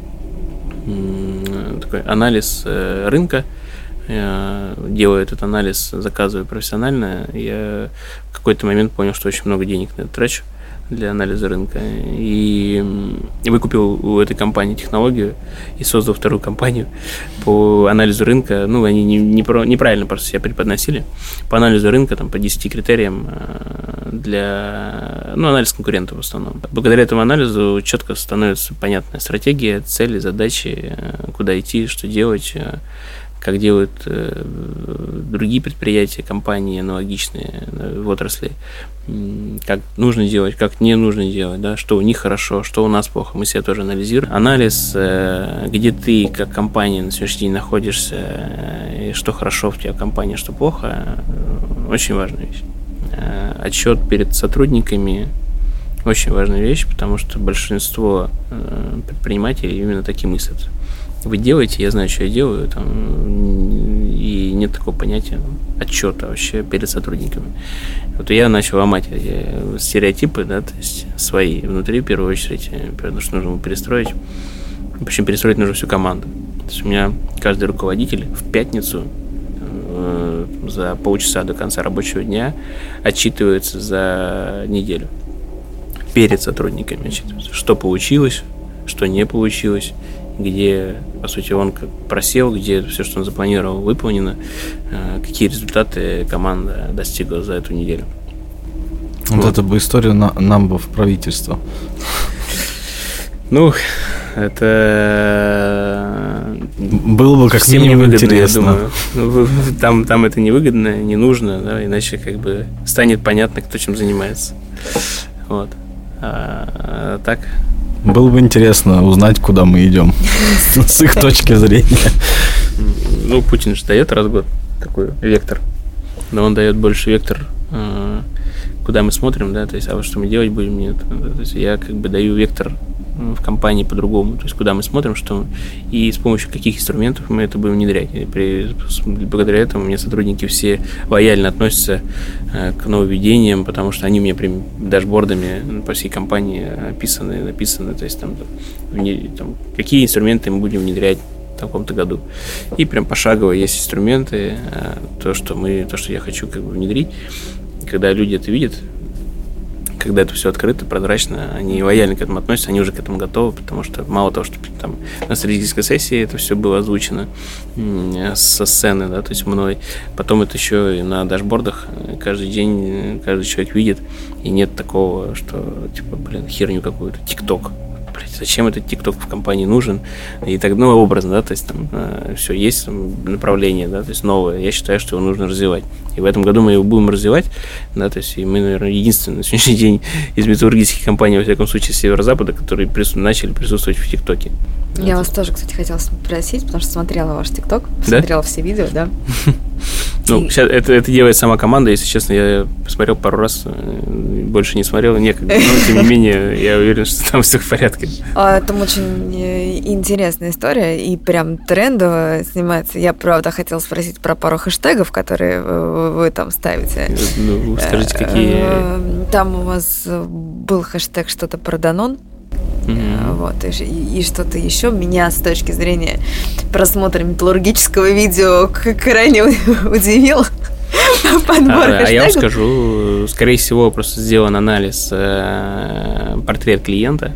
такой анализ рынка. Я делаю этот анализ, заказываю профессионально. Я в какой-то момент понял, что очень много денег на это трачу для анализа рынка. И выкупил у этой компании технологию и создал вторую компанию по анализу рынка. Они неправильно просто себя преподносили. По анализу рынка, по 10 критериям для анализ конкурентов в основном. Благодаря этому анализу четко становится понятная стратегия, цели, задачи, куда идти, что делать, как делают другие предприятия, компании аналогичные в отрасли, как нужно делать, как не нужно делать, да, что у них хорошо, что у нас плохо, мы себя тоже анализируем. Анализ, где ты как компания на сегодняшний день находишься, и что хорошо в тебя компания, что плохо, очень важная вещь. Отчет перед сотрудниками – очень важная вещь, потому что большинство предпринимателей именно такие мыслят. Вы делаете, я знаю, что я делаю, и нет такого понятия отчета вообще перед сотрудниками. Вот я начал ломать стереотипы, да, то есть свои внутри, в первую очередь, потому что нужно перестроить. Причем перестроить нужно всю команду. То есть у меня каждый руководитель в пятницу за полчаса до конца рабочего дня отчитывается за неделю. Перед сотрудниками отчитывается, что получилось, что не получилось, где, по сути, он просел, где все, что он запланировал, выполнено, какие результаты команда достигла за эту неделю. Вот это бы история нам бы в правительство. Это было бы как минимум интересно. Я думаю. Там это невыгодно, не нужно, да, иначе станет понятно, кто чем занимается. Вот. Так. Было бы интересно узнать, куда мы идем с их точки зрения. Путин же дает раз в год такой вектор, но он дает больше вектор, куда мы смотрим, да, то есть, а вот что мы делать будем, нет. То есть я даю вектор в компании по-другому, то есть куда мы смотрим, что и с помощью каких инструментов мы это будем внедрять. И благодаря этому у меня сотрудники все лояльно относятся к нововведениям, потому что они у меня прям дашбордами по всей компании написаны, то есть там какие инструменты мы будем внедрять в таком-то году. И прям пошагово есть инструменты, то, что я хочу внедрить. И когда люди это видят, когда это все открыто, прозрачно, они лояльно к этому относятся, они уже к этому готовы, потому что мало того, что там на стратегической сессии это все было озвучено со сцены, да, то есть мной, потом это еще и на дашбордах каждый день каждый человек видит, и нет такого, что, типа, херню какую-то, ТикТок. Зачем этот ТикТок в компании нужен? И так, образно, да, то есть там все есть направление, да, то есть новое. Я считаю, что его нужно развивать. И в этом году мы его будем развивать, да, то есть и мы, наверное, единственный на сегодняшний день из металлургических компаний, во всяком случае, с северо-запада, которые начали присутствовать в ТикТоке. Я вас тоже, кстати, хотела спросить, потому что смотрела ваш ТикТок, смотрела все видео, да? Сейчас это делает сама команда, если честно, я посмотрел пару раз, больше не смотрел, некогда, но тем не менее, я уверен, что там все в порядке. Там очень интересная история, и прям трендово снимается. Я, правда, хотела спросить про пару хэштегов, которые вы там ставите. Скажите, какие? Там у вас был хэштег что-то про Данон. Вот, и что-то еще меня с точки зрения просмотра металлургического видео крайне удивил подбор хэштегов. А я вам скажу, скорее всего, просто сделан анализ портрет клиента.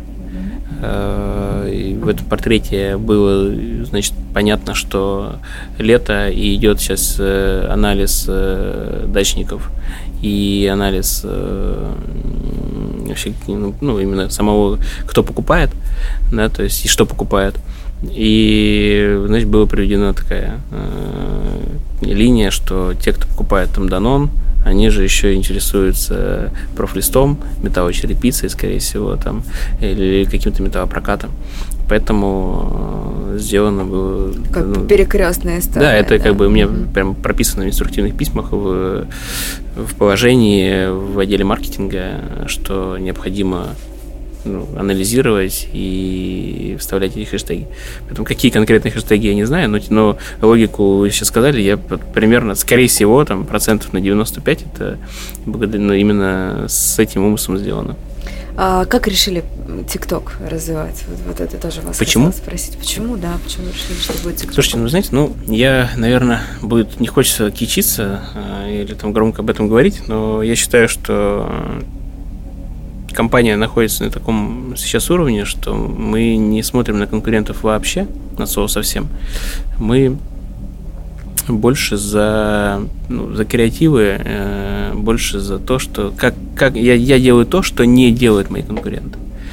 И в этом портрете было, значит, понятно, что лето, и идет сейчас анализ дачников и анализ вообще, именно самого, кто покупает, да, то есть и что покупает. И, значит, была приведена такая линия, что те, кто покупает там Данон, они же еще интересуются профлистом, металлочерепицей, скорее всего, там, или каким-то металлопрокатом. Поэтому сделано было... Как перекрестная история. Да, это как бы у меня прям прописано в инструктивных письмах в положении в отделе маркетинга, что необходимо анализировать и вставлять эти хэштеги. Поэтому какие конкретные хэштеги я не знаю, но логику вы сейчас сказали, я примерно, скорее всего, там, процентов на 95 это именно с этим умыслом сделано. А как решили ТикТок развивать? Вот это тоже вас хотела спросить. Почему решили, что будет ТикТок? Слушайте, знаете, я, наверное, не хочется кичиться или там громко об этом говорить, но я считаю, что компания находится на таком сейчас уровне, что мы не смотрим на конкурентов вообще, на слово совсем. Мы больше за креативы, больше за то, что как я делаю то, что не делают мои конкуренты.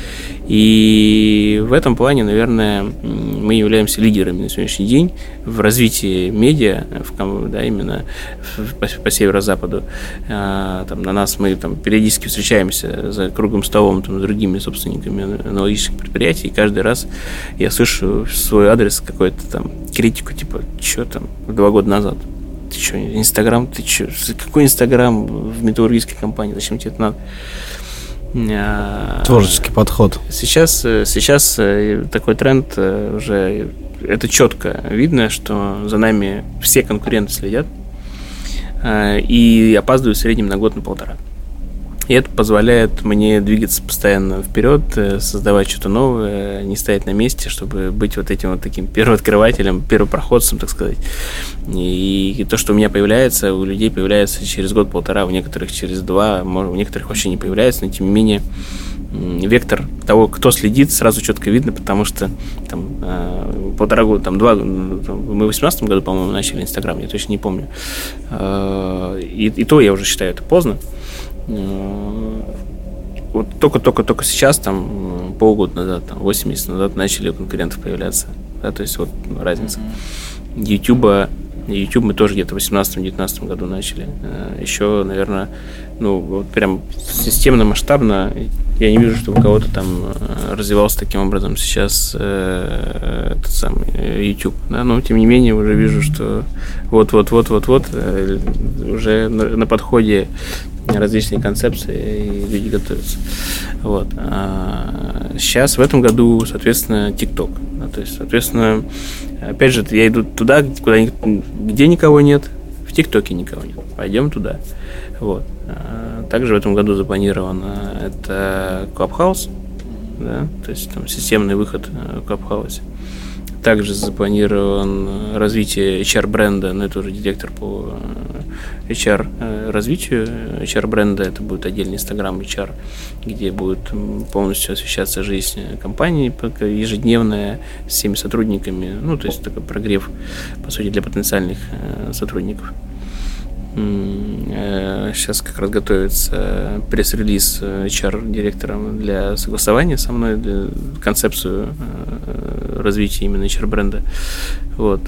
И в этом плане, наверное, мы являемся лидерами на сегодняшний день в развитии медиа, именно по северо-западу. Там, на нас мы там периодически встречаемся за круглым столом с другими собственниками аналогичных предприятий, и каждый раз я слышу в свой адрес какую-то там критику, типа, что там 2 года назад? Ты что, Инстаграм? Ты что? Какой Инстаграм в металлургической компании? Зачем тебе это надо? Творческий подход. Сейчас такой тренд уже, это четко видно, что за нами все конкуренты следят и опаздывают в среднем на год, на 1,5. И это позволяет мне двигаться постоянно вперед, создавать что-то новое, не стоять на месте, чтобы быть вот этим вот таким первооткрывателем, первопроходцем, так сказать. И то, что у меня появляется, у людей появляется через год, 1,5, у некоторых через 2, у некоторых вообще не появляется, но тем не менее вектор того, кто следит, сразу четко видно, потому что там 1,5 года, там 2, мы в 2018 году, по-моему, начали Инстаграм, я точно не помню. И то я уже считаю это поздно. Вот только сейчас, там, полгода назад, там, 8 месяцев назад начали у конкурентов появляться. Да, то есть вот разница. YouTube мы тоже где-то в 18-19 году начали. Еще, наверное, вот прям системно, масштабно я не вижу, что у кого-то там развивался таким образом сейчас этот самый YouTube. Да? Но, тем не менее, уже вижу, что вот уже на подходе различные концепции, и люди готовятся. Вот. Сейчас, в этом году, соответственно, TikTok. Да, то есть, соответственно, опять же, я иду туда, где никого нет, в ТикТоке никого нет. Пойдем туда. Вот. Также в этом году запланировано это Clubhouse, да, то есть там системный выход в Clubhouse. Также запланирован развитие HR-бренда, но это уже директор по HR-развитию, HR-бренда. Это будет отдельный Instagram HR, где будет полностью освещаться жизнь компании ежедневная с всеми сотрудниками. Ну, то есть такой прогрев, по сути, для потенциальных сотрудников. Сейчас как раз готовится пресс-релиз HR-директором для согласования со мной, для концепцию развития именно HR-бренда. Вот.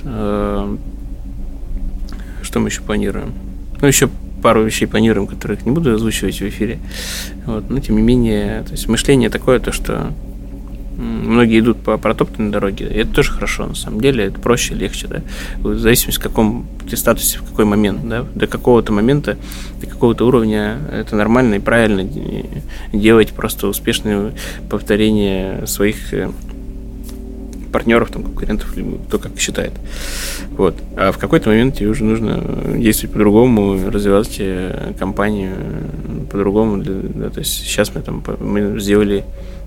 Что мы еще планируем? Ну, еще пару вещей планируем, которых не буду озвучивать в эфире. Вот. Но, тем не менее, то есть мышление такое, то, что многие идут по протоптанной дороге, и это тоже хорошо, на самом деле, это проще, легче, да, в зависимости, в каком ты статусе, в какой момент, да, до какого-то момента, до какого-то уровня это нормально и правильно делать просто успешное повторение своих партнеров, там, конкурентов, кто как считает. Вот. А в какой-то момент тебе уже нужно действовать по-другому, развивать компанию по-другому. Да, то есть сейчас мы сделали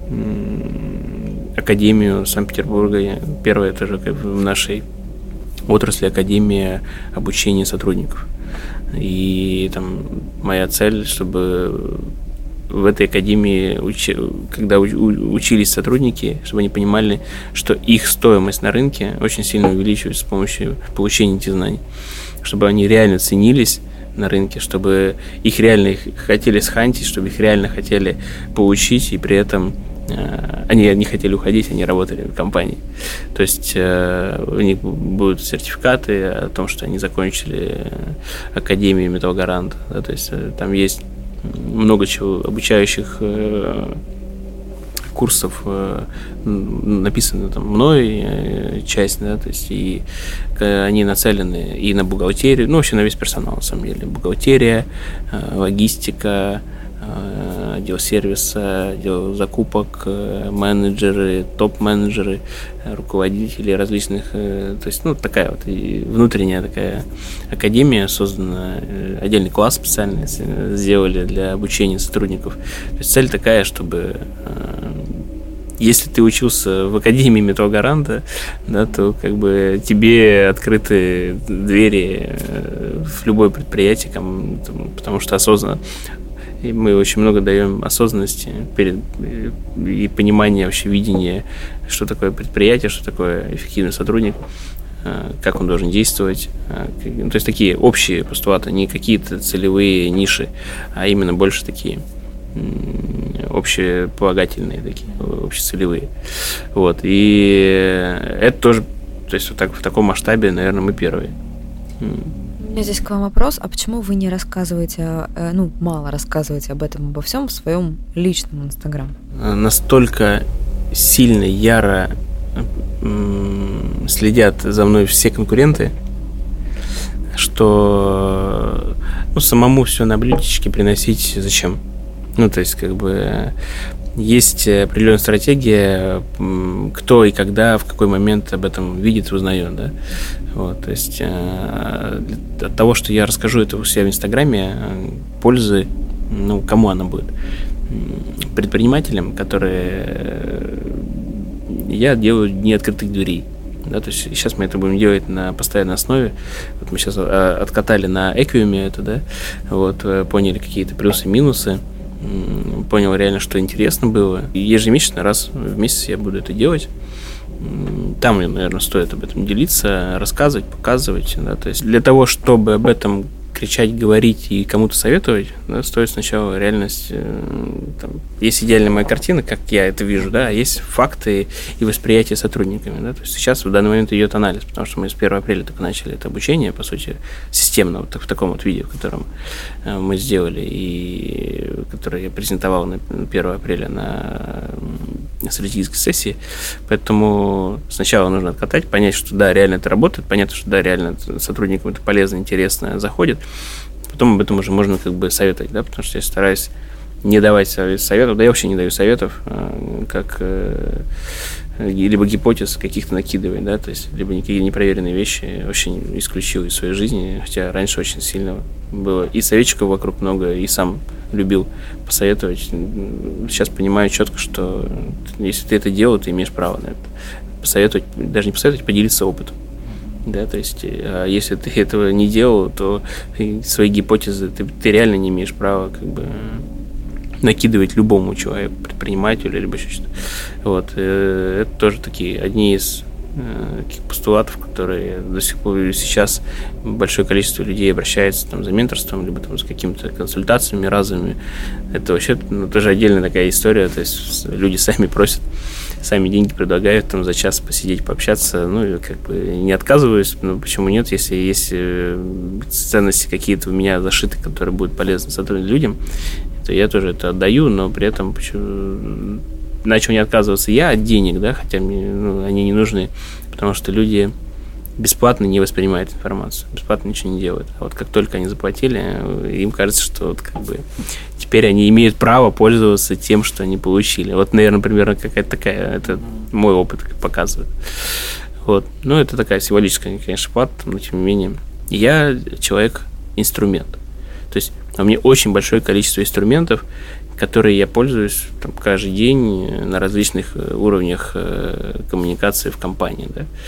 Академию Санкт-Петербурга. Первая тоже в нашей отрасли Академия обучения сотрудников. И там моя цель, чтобы в этой академии, когда учились сотрудники, чтобы они понимали, что их стоимость на рынке очень сильно увеличивается с помощью получения этих знаний. Чтобы они реально ценились на рынке, чтобы их реально хотели схантить, чтобы их реально хотели получить, и при этом они не хотели уходить, они работали в компании. То есть у них будут сертификаты о том, что они закончили Академию Металлгарант. Да, то есть там есть много чего обучающих курсов, написано там мной часть, да, то есть и они нацелены и на бухгалтерию, ну, вообще на весь персонал, на самом деле. Бухгалтерия, логистика, отдел сервиса, отдел закупок, менеджеры, топ-менеджеры, руководители различных, то есть, ну, такая вот внутренняя такая академия создана, отдельный класс специальный сделали для обучения сотрудников. То есть цель такая, чтобы если ты учился в Академии Металлгаранта, да, то как бы тебе открыты двери в любое предприятие, потому что осознанно. И мы очень много даем осознанности и понимания, вообще видения, что такое предприятие, что такое эффективный сотрудник, как он должен действовать. То есть такие общие постулаты, не какие-то целевые ниши, а именно больше такие общеполагательные, такие общецелевые. Вот. И это тоже, то есть вот так, в таком масштабе, наверное, мы первые. У меня здесь к вам вопрос, а почему вы не рассказываете, мало рассказываете об этом, обо всем в своем личном Инстаграм? Настолько сильно, яро следят за мной все конкуренты, что самому все на блюдечке приносить зачем? То есть, как бы, есть определенная стратегия, кто и когда, в какой момент об этом видит и узнает, да? Вот, то есть от того, что я расскажу это у себя в Инстаграме, пользы, кому она будет? Предпринимателям, которые я делаю дни открытых дверей. Да, то есть сейчас мы это будем делать на постоянной основе. Вот мы сейчас откатали на Эквиуме это, да, вот, поняли какие-то плюсы и минусы, понял реально, что интересно было. И ежемесячно, раз в месяц я буду это делать. Там, наверное, стоит об этом делиться, рассказывать, показывать. Да, то есть для того, чтобы об этом кричать, говорить и кому-то советовать, да, стоит сначала реальность. Есть идеальная моя картина, как я это вижу, да, а есть факты и восприятие сотрудниками. Да, то есть сейчас в данный момент идет анализ, потому что мы с 1 апреля только начали это обучение, по сути, системно, вот в таком вот виде, в котором мы сделали, и которое я презентовал на 1 апреля на стратегической сессии. Поэтому сначала нужно откатать, понять, что да, реально это работает, понятно, что да, реально сотрудникам это полезно, интересно, заходит. Потом об этом уже можно как бы советовать, да, потому что я стараюсь не давать советов, да я вообще не даю советов, как либо гипотез каких-то накидывать, да, то есть либо никакие непроверенные вещи вообще исключил из своей жизни, хотя раньше очень сильно было и советчиков вокруг много, и сам любил посоветовать. Сейчас понимаю четко, что если ты это делал, ты имеешь право на это. Посоветовать, даже не посоветовать, поделиться опытом. Да, то есть, если ты этого не делал, то свои гипотезы ты реально не имеешь права как бы накидывать любому человеку, предпринимателю, либо еще что-то. Вот. Это тоже такие одни из таких постулатов, которые до сих пор сейчас большое количество людей обращается там, за менторством, либо там, с какими-то консультациями разовыми. Это вообще тоже отдельная такая история. То есть люди сами просят, сами деньги предлагают там, за час посидеть, пообщаться. Ну, и как бы не отказываюсь, но почему нет, если есть ценности какие-то у меня зашиты, которые будут полезны людям, то я тоже это отдаю, но при этом начал не отказываться я от денег, да, хотя мне они не нужны, потому что люди бесплатно не воспринимают информацию, бесплатно ничего не делают. А вот как только они заплатили, им кажется, что вот как бы теперь они имеют право пользоваться тем, что они получили. Вот, наверное, примерно какая-то такая, это мой опыт показывает. Вот. Ну, это такая символическая, конечно, плата, но тем не менее. Я человек-инструмент. То есть у меня очень большое количество инструментов, которые я пользуюсь там, каждый день на различных уровнях коммуникации в компании.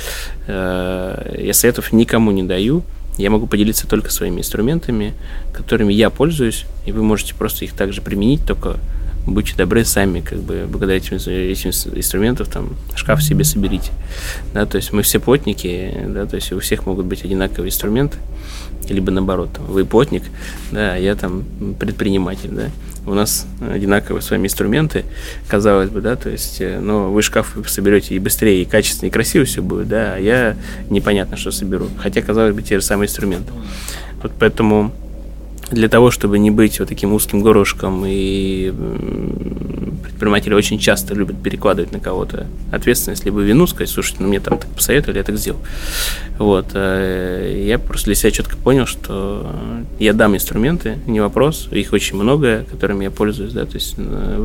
Да. Я советов никому не даю. Я могу поделиться только своими инструментами, которыми я пользуюсь, и вы можете просто их также применить, только будьте добры сами, как бы, благодаря этим инструментам там, шкаф себе соберите. Да, то есть мы все плотники, да, то есть у всех могут быть одинаковые инструменты, либо наоборот, там, вы плотник, да, а я там предприниматель, да. У нас одинаковые с вами инструменты, казалось бы, да, то есть, но вы шкаф соберете и быстрее, и качественно, и красиво все будет, да, а я непонятно, что соберу, хотя, казалось бы, те же самые инструменты. Вот поэтому для того, чтобы не быть вот таким узким горлышком, и предприниматели очень часто любят перекладывать на кого-то ответственность, либо вину, сказать, слушайте, ну мне там так посоветовали, я так сделал. Вот. Я просто для себя четко понял, что я дам инструменты, не вопрос, их очень много, которыми я пользуюсь, да, то есть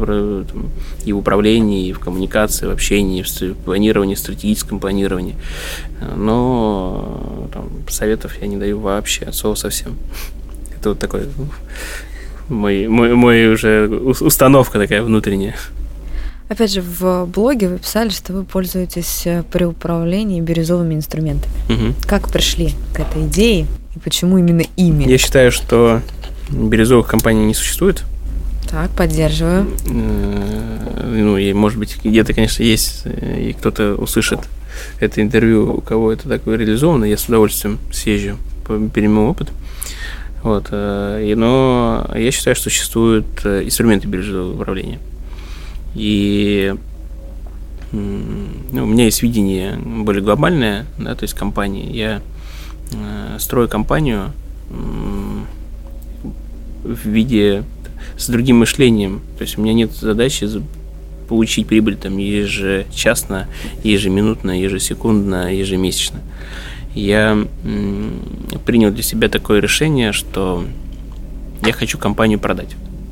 и в управлении, и в коммуникации, в общении, в планировании, в стратегическом планировании, но там, советов я не даю вообще, от слова совсем. Это вот такой мой уже установка такая внутренняя. Опять же, в блоге вы писали, что вы пользуетесь при управлении бирюзовыми инструментами. Угу. Как пришли к этой идее и почему именно ими? Я считаю, что бирюзовых компаний не существует. Так, поддерживаю. Ну, и, может быть, где-то, конечно, есть, и кто-то услышит это интервью, у кого это так реализовано, я с удовольствием съезжу, перейму опыт. Вот, но я считаю, что существуют инструменты бирюзового управления. И у меня есть видение более глобальное, да, то есть компании. Я строю компанию в виде с другим мышлением. То есть у меня нет задачи получить прибыль там ежечасно, ежеминутно, ежесекундно, ежемесячно. Я принял для себя такое решение, что я хочу компанию продать.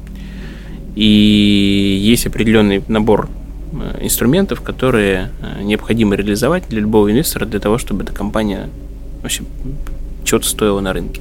И есть определенный набор инструментов, которые необходимо реализовать для любого инвестора, для того, чтобы эта компания вообще чего-то стоила на рынке.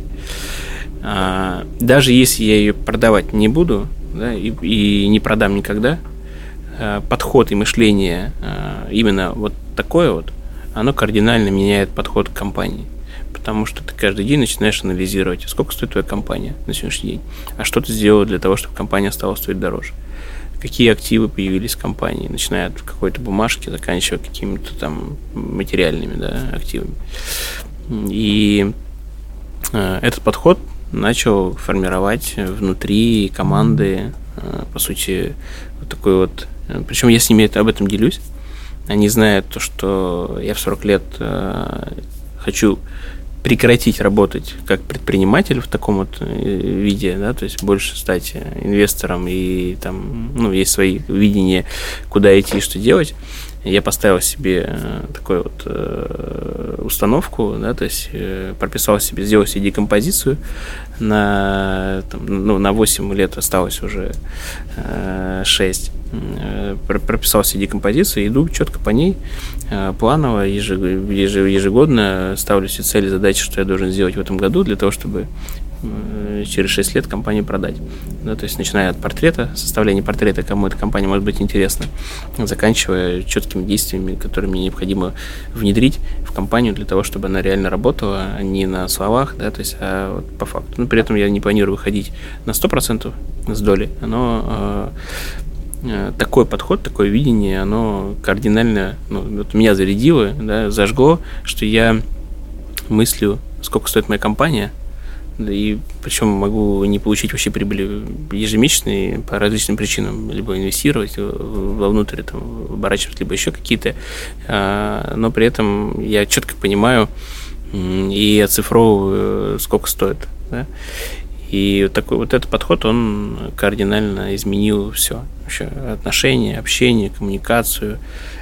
Даже если я ее продавать не буду, да, и не продам никогда, подход и мышление именно вот такое вот, оно кардинально меняет подход к компании. Потому что ты каждый день начинаешь анализировать, сколько стоит твоя компания на сегодняшний день, а что ты сделал для того, чтобы компания стала стоить дороже. Какие активы появились в компании, начиная от какой-то бумажки, заканчивая какими-то там материальными, да, активами. И этот подход начал формировать внутри команды, по сути, вот такой вот... Причем я с ними об этом делюсь. Они знают то, что я в 40 лет хочу прекратить работать как предприниматель в таком вот виде, да, то есть больше стать инвестором, и там, ну, есть свои видения, куда идти и что делать. Я поставил себе такую вот установку, да, то есть прописал себе, сделал себе декомпозицию на 8 лет, осталось уже 6. Прописал себе декомпозицию, иду четко по ней, планово, ежегодно ставлю себе цели, задачи, что я должен сделать в этом году, для того, чтобы через 6 лет компанию продать. Да, то есть начиная от портрета, составления портрета, кому эта компания может быть интересна, заканчивая четкими действиями, которые мне необходимо внедрить в компанию для того, чтобы она реально работала, а не на словах, да, то есть, а вот по факту. Но при этом я не планирую выходить на 100% с доли. Такой подход, такое видение, оно кардинально вот меня зарядило, да, зажгло, что я мыслю, сколько стоит моя компания, и причем могу не получить вообще прибыли ежемесячные по различным причинам, либо инвестировать вовнутрь, оборачивать, либо еще какие-то, но при этом я четко понимаю и оцифровываю, сколько стоит, да? И вот этот подход, он кардинально изменил все. Вообще отношения, общение, коммуникацию,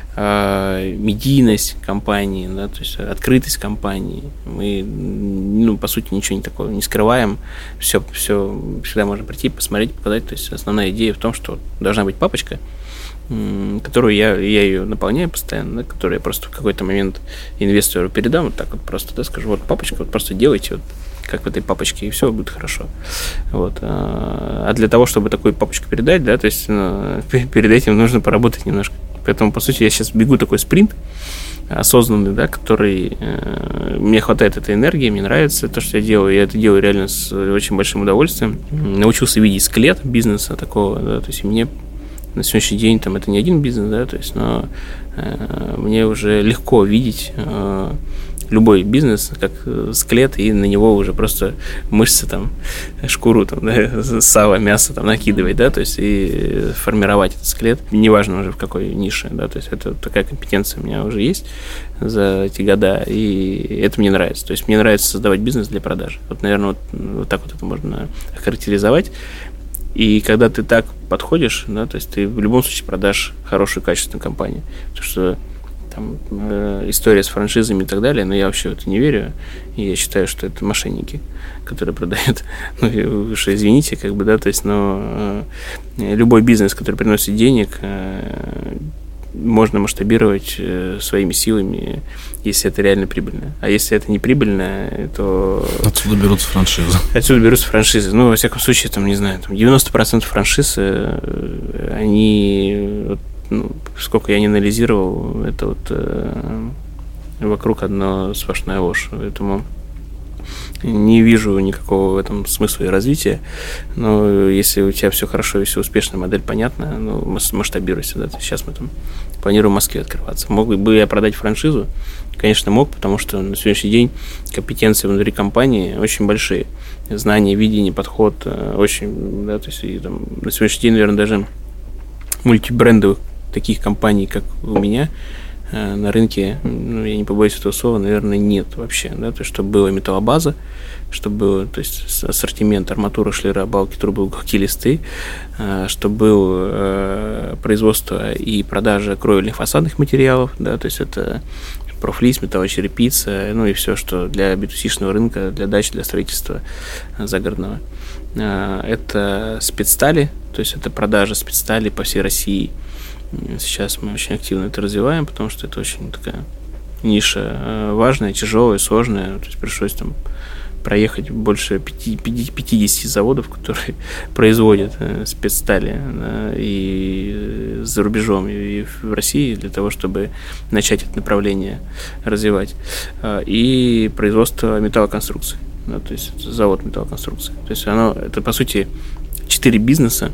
медийность компании, да, то есть открытость компании. Мы, по сути, ничего такого не скрываем. Все всегда можно прийти, посмотреть, показать. То есть основная идея в том, что должна быть папочка, которую я ее наполняю постоянно, да, которую я просто в какой-то момент инвестору передам, вот так вот просто, да, скажу, вот папочка, вот просто делайте вот как в этой папочке, и все будет хорошо. Вот. А для того, чтобы такую папочку передать, да, то есть перед этим нужно поработать немножко. Поэтому, по сути, я сейчас бегу такой спринт осознанный, да, который мне хватает этой энергии, мне нравится то, что я делаю. Я это делаю реально с очень большим удовольствием. Научился видеть скелет бизнеса такого, да, то есть мне на сегодняшний день это не один бизнес, да, то есть, но мне уже легко видеть любой бизнес как скелет, и на него уже просто мышцы, шкуру, да, сало, мясо накидывать, да, то есть и формировать этот скелет, неважно уже в какой нише, да, то есть это такая компетенция у меня уже есть за эти года, и это мне нравится, то есть мне нравится создавать бизнес для продажи. Вот, наверное, вот так вот это можно охарактеризовать. И когда ты так подходишь, да, то есть ты в любом случае продашь хорошую, качественную компанию, потому что история с франшизами и так далее, но я вообще в это не верю, и я считаю, что это мошенники, которые продают, вы уж извините, да, то есть, но любой бизнес, который приносит денег, можно масштабировать своими силами, если это реально прибыльно. А если это не прибыльно, то... Отсюда берутся франшизы. Во всяком случае, 90% франшиз, они... сколько я не анализировал, это вокруг одно сплошная ложь. Поэтому не вижу никакого в этом смысла и развития. Но если у тебя все хорошо и все успешно, модель понятна, масштабируйся. Да? Сейчас мы планируем в Москве открываться. Мог бы я продать франшизу? Конечно, мог, потому что на сегодняшний день компетенции внутри компании очень большие. Знания, видение, подход очень, да, то есть на сегодняшний день, наверное, даже мультибрендовых таких компаний, как у меня, на рынке, я не побоюсь этого слова, наверное, нет вообще, да, то есть, чтобы была металлобаза, чтобы было, то есть, ассортимент арматура, шлера, балки, трубы, уголки, листы, чтобы было производство и продажа кровельных фасадных материалов, да, то есть, это профлист, металлочерепица, и все, что для B2C-шного рынка, для дач, для строительства загородного. Это спецстали, то есть, это продажа спецстали по всей России. Сейчас мы очень активно это развиваем, потому что это очень такая ниша важная, тяжелая, сложная. То есть пришлось проехать больше 50 заводов, которые производят спецстали, да, и за рубежом, и в России, для того, чтобы начать это направление развивать. И производство металлоконструкций, да, то есть завод металлоконструкций. То есть это по сути 4 бизнеса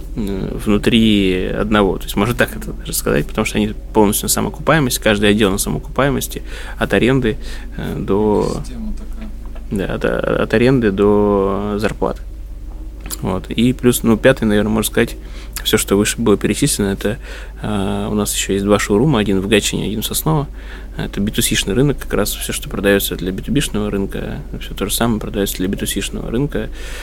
внутри одного. То есть можно так это даже сказать, потому что они полностью на самоокупаемости, каждый отдел на самоокупаемости, от аренды до... Да, от аренды до зарплаты. Вот. И плюс, пятый, наверное, можно сказать, все, что выше было перечислено, это у нас еще есть 2 шоурума, один в Гатчине, один в Сосново. Это B2C-шный рынок, как раз все, что продается для B2B-шного рынка, все то же самое продается для B2C-шного рынка.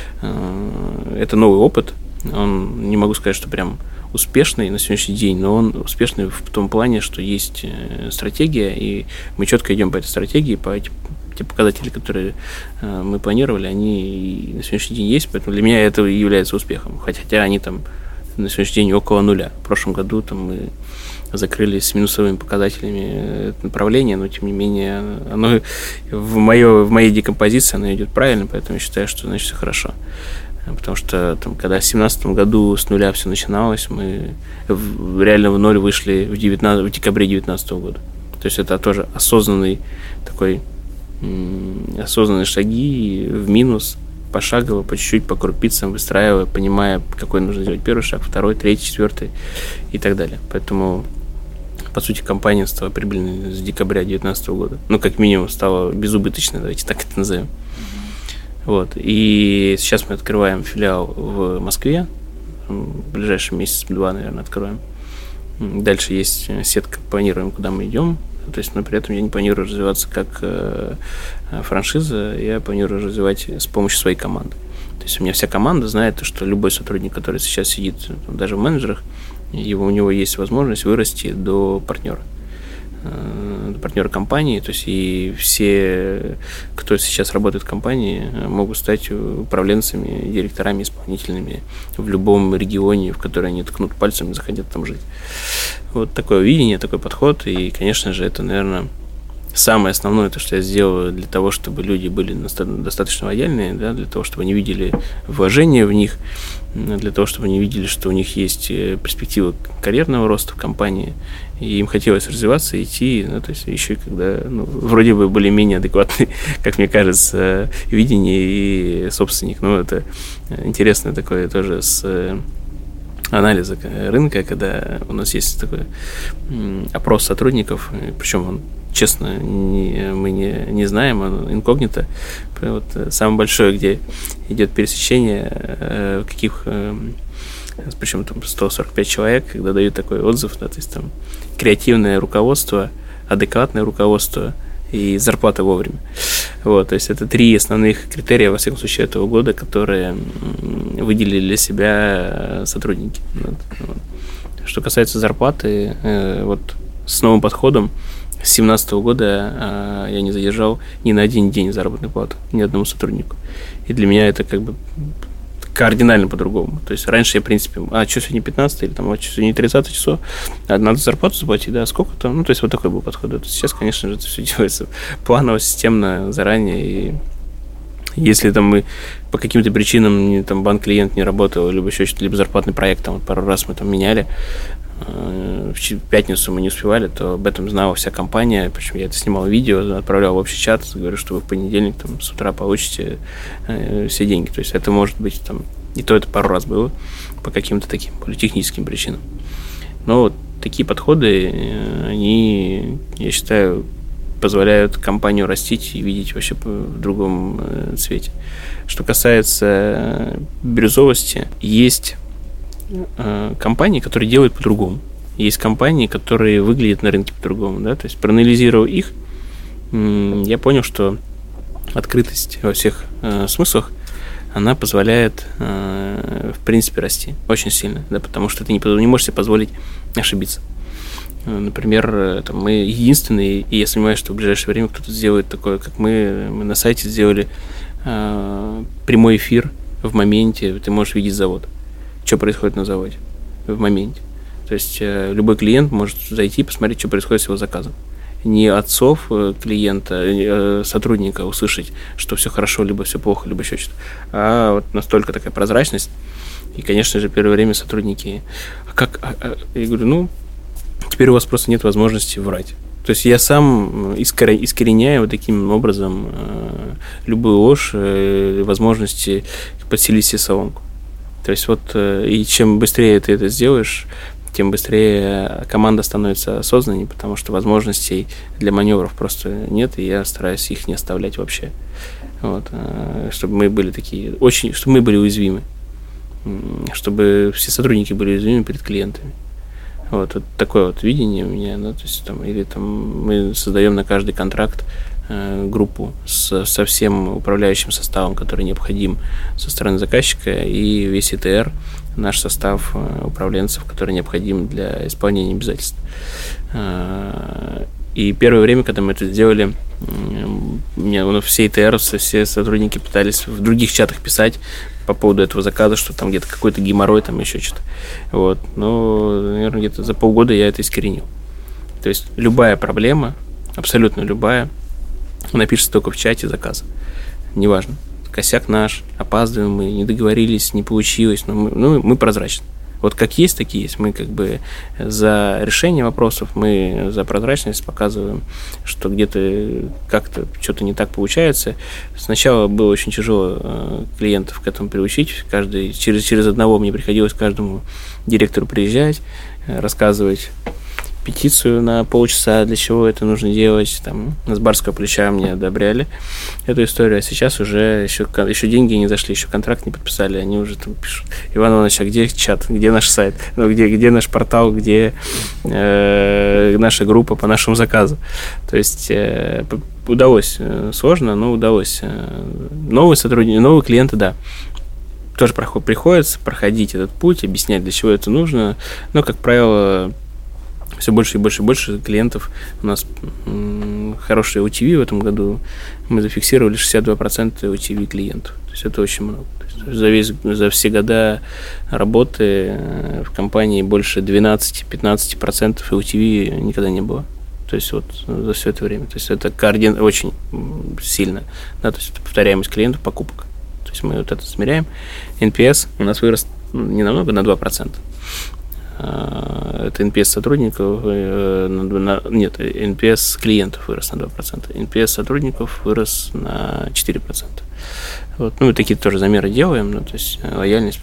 Это новый опыт. Он, не могу сказать, что прям успешный на сегодняшний день, но он успешный в том плане, что есть стратегия, и мы четко идем по этой стратегии, по те показатели, которые мы планировали, они на сегодняшний день есть, поэтому для меня это и является успехом. Хотя они на сегодняшний день около нуля. В прошлом году там мы закрыли с минусовыми показателями это направление, но тем не менее оно в моей декомпозиции оно идет правильно, поэтому я считаю, что значит все хорошо. Потому что там, когда в 2017 году с нуля все начиналось, мы реально в ноль вышли в декабре 2019 года. То есть это тоже осознанные шаги в минус, пошагово, по чуть-чуть, по крупицам, выстраивая, понимая, какой нужно сделать первый шаг, второй, третий, четвертый и так далее. Поэтому, по сути, компания стала прибыльной с декабря 2019 года. Ну, как минимум, стала безубыточной, давайте так это назовем. Вот. И сейчас мы открываем филиал в Москве. В ближайший месяц-два, наверное, откроем. Дальше есть сетка, планируем, куда мы идем. То есть, но при этом я не планирую развиваться как франшиза, я планирую развивать с помощью своей команды. То есть у меня вся команда знает, что любой сотрудник, который сейчас сидит даже в менеджерах, у него есть возможность вырасти до партнера компании. То есть и все, кто сейчас работает в компании, могут стать управленцами, директорами, исполнительными в любом регионе, в который они ткнут пальцем и захотят там жить. Вот такое видение, такой подход. И, конечно же, это, наверное, самое основное, то, что я сделал для того, чтобы люди были достаточно лояльные, да, для того, чтобы они видели вложение в них, для того, чтобы они видели, что у них есть перспектива карьерного роста в компании, и им хотелось развиваться, идти, ну, то есть еще когда вроде бы более-менее адекватный, как мне кажется, видение и собственник. Ну, это интересно такое тоже с анализа рынка, когда у нас есть такой опрос сотрудников, причем он, честно, мы не знаем, он инкогнито. Вот самое большое, где идет пересечение, причем там 145 человек, когда дают такой отзыв, да, то есть там креативное руководство, адекватное руководство и зарплата вовремя. Вот, то есть это 3 основных критерия, во всяком случае, этого года, которые выделили для себя сотрудники. Вот. Что касается зарплаты, вот с новым подходом с 2017 года я не задержал ни на один день заработной платы ни одному сотруднику. И для меня это как бы кардинально по-другому. То есть раньше я, в принципе, что сегодня 15 или там, сегодня 30 число, надо зарплату заплатить, да, сколько там, то есть вот такой был подход. Вот сейчас, конечно же, это все делается планово, системно, заранее, и если там мы по каким-то причинам там банк-клиент не работал, либо еще что-то, либо зарплатный проект, там пару раз мы там меняли, в пятницу мы не успевали, то об этом знала вся компания, причем я это снимал видео, отправлял в общий чат, говорю, что вы в понедельник там, с утра получите все деньги. То есть это может быть там, и то это пару раз было по каким-то таким более техническим причинам. Но вот такие подходы, они, я считаю, позволяют компанию растить и видеть вообще в другом цвете. Что касается бирюзовости, есть компании, которые делают по-другому. Есть компании, которые выглядят на рынке по-другому. Да? То есть, проанализировав их, я понял, что открытость во всех смыслах, она позволяет, в принципе, расти очень сильно. Да? Потому что ты не можешь себе позволить ошибиться. Например, там, мы единственные, и я сомневаюсь, что в ближайшее время кто-то сделает такое, как мы на сайте сделали прямой эфир в моменте, ты можешь видеть завод. Что происходит на заводе в моменте. То есть любой клиент может зайти и посмотреть, что происходит с его заказом. Не от слов клиента, сотрудника услышать, что все хорошо, либо все плохо, либо еще что-то. А вот настолько такая прозрачность. И, конечно же, первое время сотрудники... Я говорю, теперь у вас просто нет возможности врать. То есть я сам искореняю вот таким образом любую ложь, возможности подселить себе соломку. То есть вот, и чем быстрее ты это сделаешь, тем быстрее команда становится осознанней, потому что возможностей для маневров просто нет, и я стараюсь их не оставлять вообще. Вот, чтобы мы были чтобы мы были уязвимы, чтобы все сотрудники были уязвимы перед клиентами. Вот такое вот видение у меня, то есть или мы создаем на каждый контракт группу со всем управляющим составом, который необходим со стороны заказчика, и весь ИТР, наш состав управленцев, который необходим для исполнения обязательств. И первое время, когда мы это сделали, все ИТР, все сотрудники пытались в других чатах писать, по поводу этого заказа, что там где-то какой-то геморрой, там еще что-то. Вот. Но, наверное, где-то за полгода я это искоренил. То есть любая проблема, абсолютно любая, напишется только в чате заказа. Неважно. Косяк наш, опаздываем мы, не договорились, не получилось, но мы прозрачны. Вот как есть, так и есть. Мы как бы за решение вопросов, мы за прозрачность показываем, что где-то как-то что-то не так получается. Сначала было очень тяжело клиентов к этому приучить. Через одного мне приходилось каждому директору приезжать, рассказывать петицию на полчаса, для чего это нужно делать. Там, с барского плеча мне одобряли эту историю, а сейчас уже еще деньги не зашли, еще контракт не подписали, они уже там пишут: Иван Иванович, а где чат, где наш сайт, где наш портал, где наша группа по нашему заказу. То есть удалось, сложно, но удалось. Новые сотрудники, новые клиенты, да, тоже приходится проходить этот путь, объяснять, для чего это нужно, но, как правило, все больше и больше и больше клиентов. У нас хорошие UTV в этом году. Мы зафиксировали 62% UTV клиентов. То есть это очень много. То есть за все года работы в компании больше 12-15% UTV никогда не было. То есть вот за все это время. То есть это очень сильно. Да, то есть это повторяемость клиентов покупок. То есть мы вот это измеряем. NPS у нас вырос не намного, на 2%. Это NPS сотрудников, нет, NPS клиентов вырос на 2%, NPS сотрудников вырос на 4%. Вот. Ну, мы такие тоже замеры делаем, то есть лояльность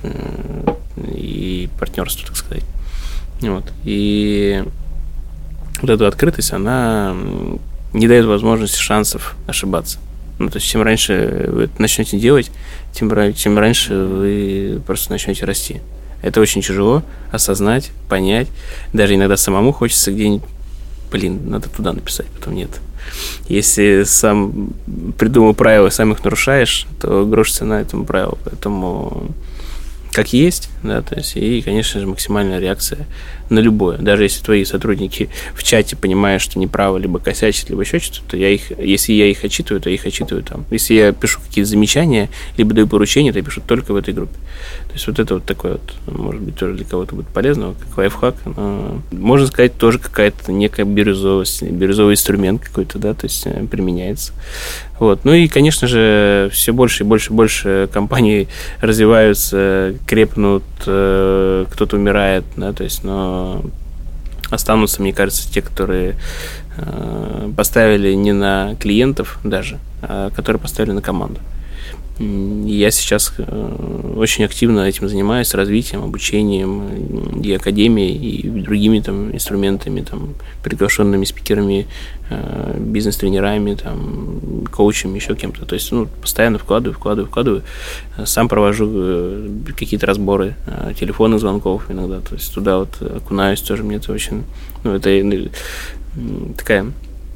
и партнерство, так сказать. Вот. И вот эта открытость, она не дает возможности, шансов ошибаться. То есть чем раньше вы это начнете делать, тем раньше вы просто начнете расти. Это очень тяжело осознать, понять. Даже иногда самому хочется где-нибудь, надо туда написать, потом нет. Если сам придумал правила, сам их нарушаешь, то грош цена этому правилу. Поэтому как есть, да, то есть, и, конечно же, максимальная реакция на любое. Даже если твои сотрудники в чате понимают, что неправы, либо косячат, либо еще что-то, то если я их отчитываю, то я их отчитываю там. Если я пишу какие-то замечания, либо даю поручения, то я пишу только в этой группе. То есть вот это вот такое вот, может быть, тоже для кого-то будет полезно, как лайфхак. Но, можно сказать, тоже какая-то некая бирюзовость, бирюзовый инструмент какой-то, да, то есть применяется. Вот. Ну и, конечно же, все больше и больше и больше компаний развиваются, крепнут, кто-то умирает, да, то есть, но останутся, мне кажется, те, которые поставили не на клиентов даже, а которые поставили на команду. И я сейчас очень активно этим занимаюсь, развитием, обучением и академией, и другими там инструментами, там, приглашенными спикерами, бизнес-тренерами, там, коучами, еще кем-то. То есть, постоянно вкладываю. Сам провожу какие-то разборы телефонных звонков иногда. То есть туда вот окунаюсь тоже. Мне это очень... это такая...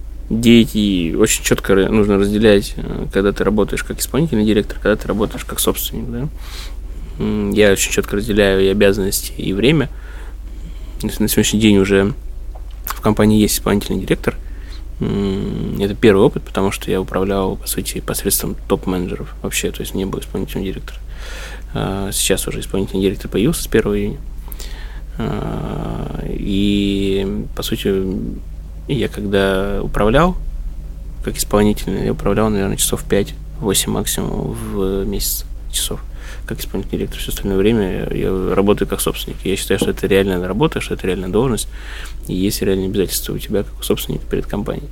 И очень четко нужно разделять, когда ты работаешь как исполнительный директор, когда ты работаешь как собственник. Да? Я очень четко разделяю и обязанности, и время. На сегодняшний день уже в компании есть исполнительный директор. Это первый опыт, потому что я управлял, по сути, посредством топ-менеджеров вообще, то есть не был исполнительным директором. Сейчас уже исполнительный директор появился с 1 июня. И, по сути, я когда управлял, как исполнительный, я управлял, наверное, часов 5-8 максимум в месяц часов, как исполнительный директор. Все остальное время я работаю как собственник. Я считаю, что это реальная работа, что это реальная должность, и есть реальные обязательства у тебя, как у собственника, перед компанией.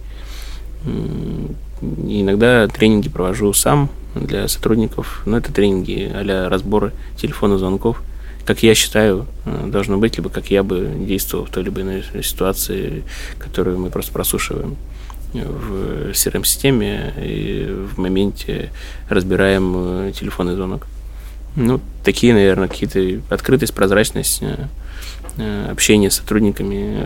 И иногда тренинги провожу сам для сотрудников, но это тренинги а-ля разборы телефонных звонков, как я считаю, должно быть, либо как я бы действовал в той либо иной ситуации, которую мы просто прослушиваем в CRM-системе и в моменте разбираем телефонный звонок. Такие, наверное, какие-то открытость, прозрачность, общение с сотрудниками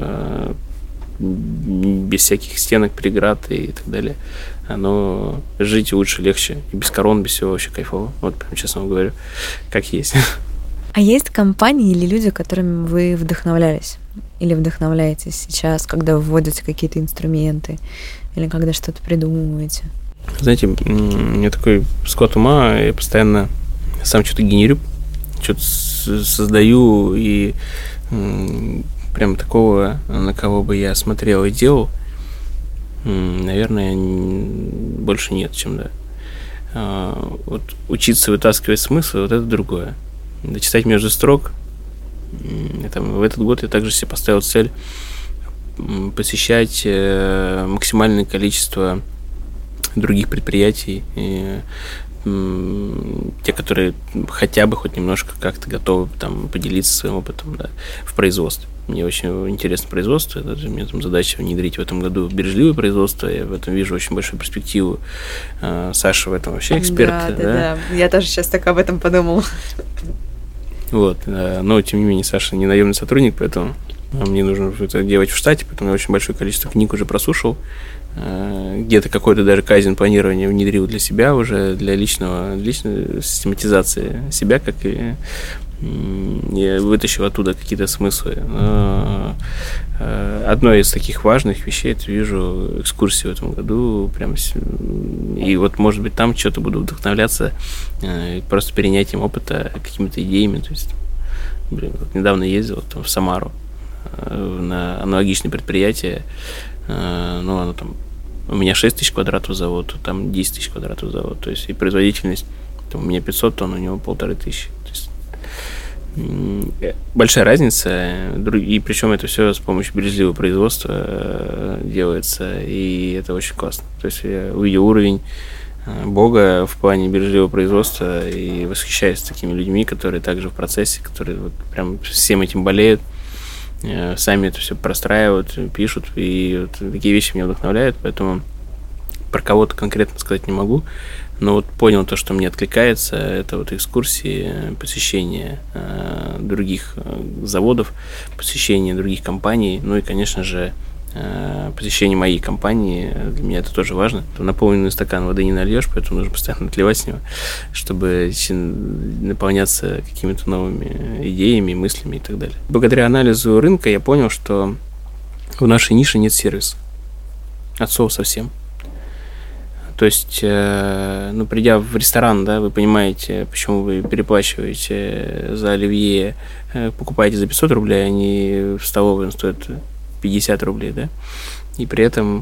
без всяких стенок, преград и так далее. Оно жить лучше, легче. И без корон, без всего вообще кайфово. Вот прям честно вам говорю, как есть. А есть компании или люди, которыми вы вдохновлялись? Или вдохновляетесь сейчас, когда вы вводите какие-то инструменты? Или когда что-то придумываете? Знаете, у меня такой склад ума, я постоянно сам что-то генерю, что-то создаю, и прям такого, на кого бы я смотрел и делал, наверное, больше нет, чем да. Вот учиться вытаскивать смысл, вот это другое. Дочитать между строк. В этот год я также себе поставил цель посещать максимальное количество других предприятий, те, которые хотя бы хоть немножко как-то готовы там поделиться своим опытом, да, в производстве. Мне очень интересно производство. Это у меня там задача внедрить в этом году бережливое производство. Я в этом вижу очень большую перспективу. Саша в этом вообще эксперт. Да. Я тоже сейчас так об этом подумала. Вот. Но, тем не менее, Саша не наемный сотрудник, поэтому мне нужно это делать в штате, поэтому я очень большое количество книг уже прослушал. Где-то какой-то даже кайдзен планирование внедрил для себя уже, для личной систематизации себя, как и я вытащил оттуда какие-то смыслы. Одной из таких важных вещей, это вижу экскурсии в этом году, прям, и вот, может быть, там что-то буду вдохновляться просто перенятием опыта, какими-то идеями. То есть, вот недавно ездил там, в Самару на аналогичное предприятие, оно там, у меня 6 тысяч квадратов завод, там 10 тысяч квадратов завод, то есть и производительность, там, у меня 500 тонн, у него 1500. То есть большая разница, и причем это все с помощью бережливого производства делается, и это очень классно. То есть я увидел уровень Бога в плане бережливого производства и восхищаюсь такими людьми, которые также в процессе, которые вот прям всем этим болеют, сами это все простраивают, пишут, и вот такие вещи меня вдохновляют, поэтому про кого-то конкретно сказать не могу, но вот понял то, что мне откликается, это вот экскурсии, посещение других заводов, посещение других компаний, ну и, конечно же, посещение моей компании. Для меня это тоже важно. Наполненный стакан воды не нальешь, поэтому нужно постоянно отливать с него, чтобы наполняться какими-то новыми идеями, мыслями и так далее. Благодаря анализу рынка я понял, что в нашей нише нет сервиса. От слова совсем. То есть, придя в ресторан, да, вы понимаете, почему вы переплачиваете за оливье, покупаете за 500 рублей, а не в столовой стоит 50 рублей, да, и при этом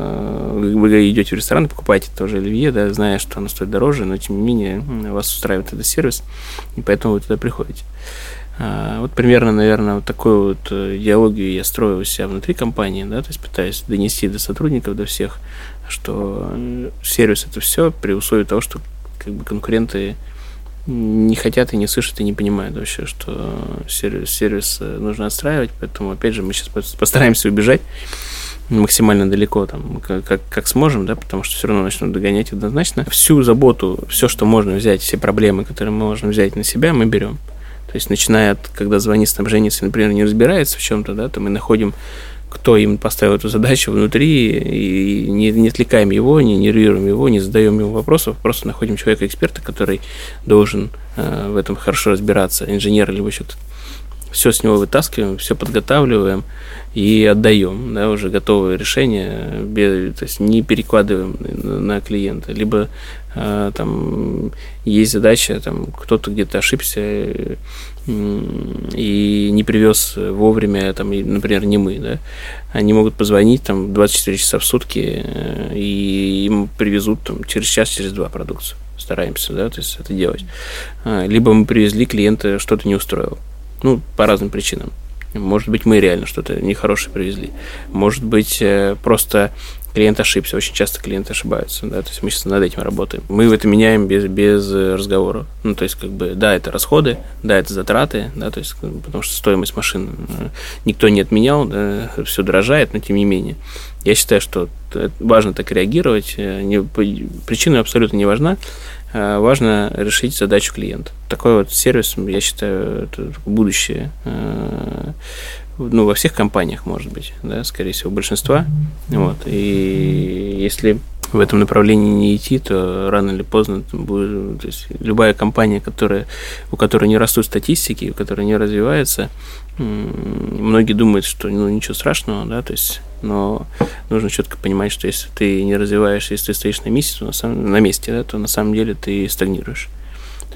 вы идете в ресторан и покупаете тоже оливье, да, зная, что оно стоит дороже, но тем не менее вас устраивает этот сервис, и поэтому вы туда приходите. Вот примерно, наверное, вот такую вот идеологию я строю у себя внутри компании, да, то есть пытаюсь донести до сотрудников, до всех, что сервис это все при условии того, что как бы конкуренты не хотят и не слышат и не понимают вообще, что сервис нужно отстраивать, поэтому, опять же, мы сейчас постараемся убежать максимально далеко, там, как сможем, да, потому что все равно начнут догонять однозначно. Всю заботу, все, что можно взять, все проблемы, которые мы можем взять на себя, мы берем. То есть, начиная от, когда звонит снабженец, например, не разбирается в чем-то, да, то мы находим, кто им поставил эту задачу внутри, и не отвлекаем его, не нервируем его, не задаем ему вопросов, просто находим человека-эксперта, который должен в этом хорошо разбираться, инженера либо что-то. Все с него вытаскиваем, все подготавливаем и отдаем, да, уже готовое решение, то есть не перекладываем на клиента, либо там есть задача, там кто-то где-то ошибся и не привез вовремя, там, например, не мы, да, они могут позвонить там 24 часа в сутки, и им привезут там через час, через два продукцию. Стараемся, да, то есть это делать. Либо мы привезли, клиента что-то не устроил. Ну, по разным причинам. Может быть, мы реально что-то нехорошее привезли. Может быть, просто клиент ошибся. Очень часто клиенты ошибаются. Да? То есть мы сейчас над этим работаем. Мы это меняем без разговора. Ну, то есть, как бы, да, это расходы, да, это затраты, да, то есть, потому что стоимость машин никто не отменял, да, все дорожает, но тем не менее. Я считаю, что важно так реагировать. Причина абсолютно не важна. Важно решить задачу клиента. Такой вот сервис, я считаю, это будущее. Ну, во всех компаниях, может быть, да, скорее всего, большинства. Вот. И если в этом направлении не идти, то рано или поздно будет, то есть любая компания, у которой не растут статистики, у которой не развивается, многие думают, что ничего страшного, да, то есть, но нужно четко понимать, что если ты не развиваешь, если ты стоишь на месте, да, то на самом деле ты стагнируешь. То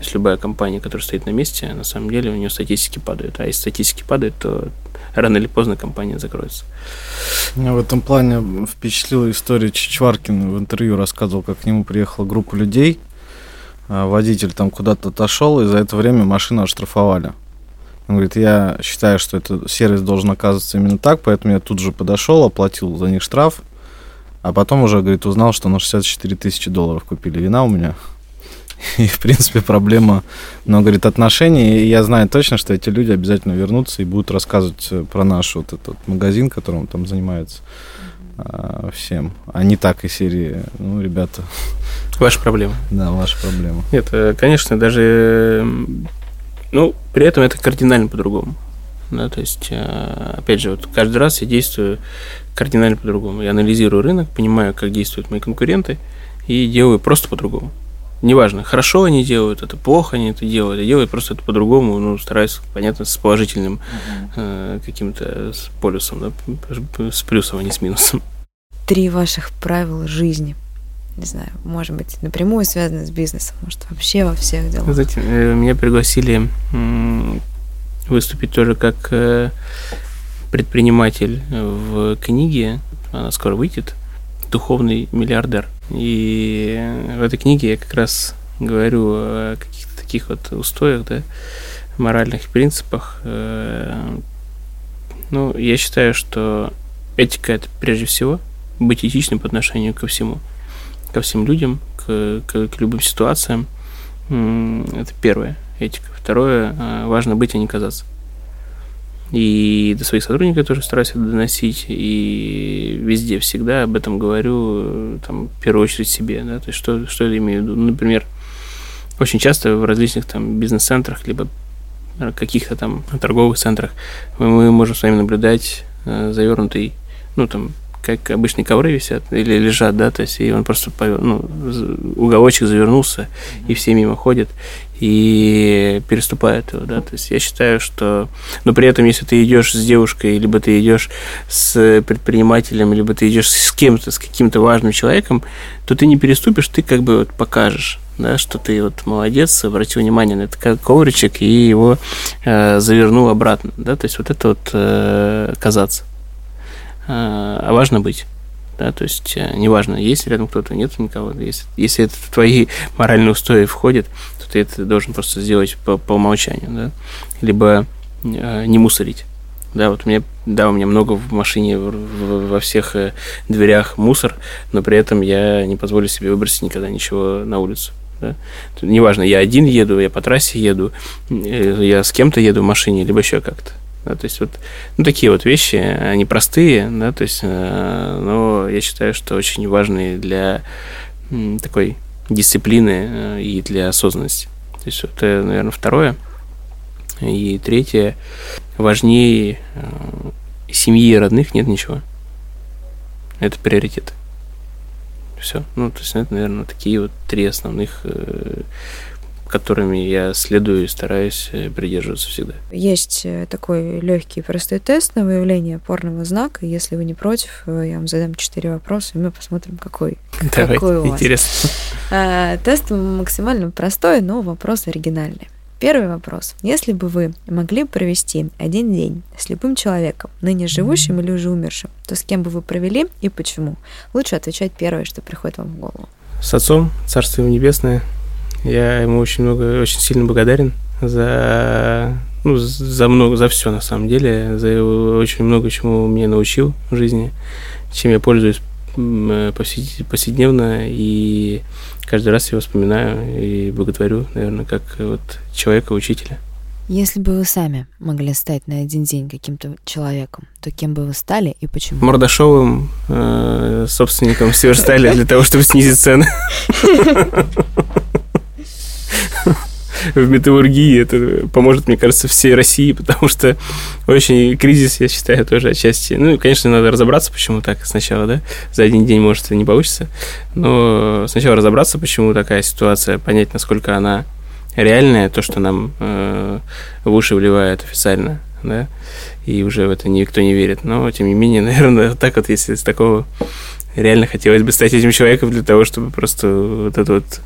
То есть любая компания, которая стоит на месте, на самом деле у нее статистики падают. А если статистики падают, то рано или поздно компания закроется. Меня в этом плане впечатлила история Чичваркина. В интервью рассказывал, как к нему приехала группа людей. Водитель там куда-то отошел, и за это время машину оштрафовали. Он говорит, я считаю, что этот сервис должен оказываться именно так, поэтому я тут же подошел, оплатил за них штраф, а потом уже, говорит, узнал, что на $64 тысячи купили вина у меня. И, в принципе, проблема, но, говорит, отношений. И я знаю точно, что эти люди обязательно вернутся и будут рассказывать про наш вот этот магазин, которым там занимаются всем. А не так из серии, ну, ребята... Ваша проблема. Да, ваша проблема. Нет, конечно, даже... Ну, при этом это кардинально по-другому. Да, то есть, опять же, вот каждый раз я действую кардинально по-другому. Я анализирую рынок, понимаю, как действуют мои конкуренты, и делаю просто по-другому. Неважно, хорошо они делают это, плохо они это делают, я делаю просто это по-другому, ну, стараюсь, понятно, с положительным каким-то с полюсом, да, с плюсом, а не с минусом. 3 ваших правила жизни. Не знаю, может быть, напрямую связаны с бизнесом, может, вообще во всех делах. Знаете, меня пригласили выступить тоже как предприниматель в книге, она скоро выйдет, «Духовный миллиардер». И в этой книге я как раз говорю о каких-то таких вот устоях, да, моральных принципах. Ну, я считаю, что этика – это прежде всего быть этичным по отношению ко всему, ко всем людям, к любым ситуациям. Это первое, этика. Второе, важно быть, а не казаться. И до своих сотрудников тоже стараюсь это доносить, и везде, всегда об этом говорю, там, в первую очередь себе, да, то есть что я имею в виду. Ну, например, очень часто в различных там бизнес-центрах, либо каких-то там торговых центрах мы можем с вами наблюдать завернутый, ну, там, как обычные ковры висят или лежат, да, то есть и он просто, ну, уголочек завернулся, и все мимо ходят и переступают его, да, то есть я считаю, что, но при этом, если ты идешь с девушкой, либо ты идешь с предпринимателем, либо ты идешь с кем-то, с каким-то важным человеком, то ты не переступишь, ты как бы вот покажешь, да, что ты вот молодец, обратил внимание на этот ковричек и его завернул обратно, да, то есть вот это вот казаться. А важно быть, да, то есть неважно, есть рядом кто-то, нет никого, если это в твои моральные устои входит, то ты это должен просто сделать по умолчанию, да, либо не мусорить, да, вот у меня много в машине, во всех дверях мусор, но при этом я не позволю себе выбросить никогда ничего на улицу. Да? Неважно, я один еду, я по трассе еду, я с кем-то еду в машине, либо еще как-то. Да, то есть вот, ну, такие вот вещи, они простые, да, то есть, но я считаю, что очень важные для такой дисциплины и для осознанности. То есть это, наверное, второе. И третье, важнее семьи и родных нет ничего. Это приоритет. Все. Ну, то есть это, наверное, такие вот 3 основных, которыми я следую и стараюсь придерживаться всегда. Есть такой легкий и простой тест на выявление опорного знака. Если вы не против, я вам задам 4 вопроса, и мы посмотрим, какой у вас. Интересно. Тест максимально простой, но вопрос оригинальный. Первый вопрос. Если бы вы могли провести один день с любым человеком, ныне живущим или уже умершим, то с кем бы вы провели и почему? Лучше отвечать первое, что приходит вам в голову. С отцом, Царство ему небесное. Я ему очень сильно благодарен за все на самом деле, за его очень много чему меня научил в жизни, чем я пользуюсь повседневно, и каждый раз его вспоминаю и благодарю, наверное, как вот человека-учителя. Если бы вы сами могли стать на один день каким-то человеком, то кем бы вы стали и почему? Мордашовым, собственником Северстали для того, чтобы снизить цены. В металлургии это поможет, мне кажется, всей России, потому что очень кризис, я считаю, тоже отчасти. Ну, конечно, надо разобраться, почему так сначала, да. За один день, может, и не получится. Но сначала разобраться, почему такая ситуация, понять, насколько она реальная, то, что нам в уши вливают официально, да, и уже в это никто не верит. Но, тем не менее, наверное, так вот, если с такого реально хотелось бы стать этим человеком для того, чтобы просто вот это вот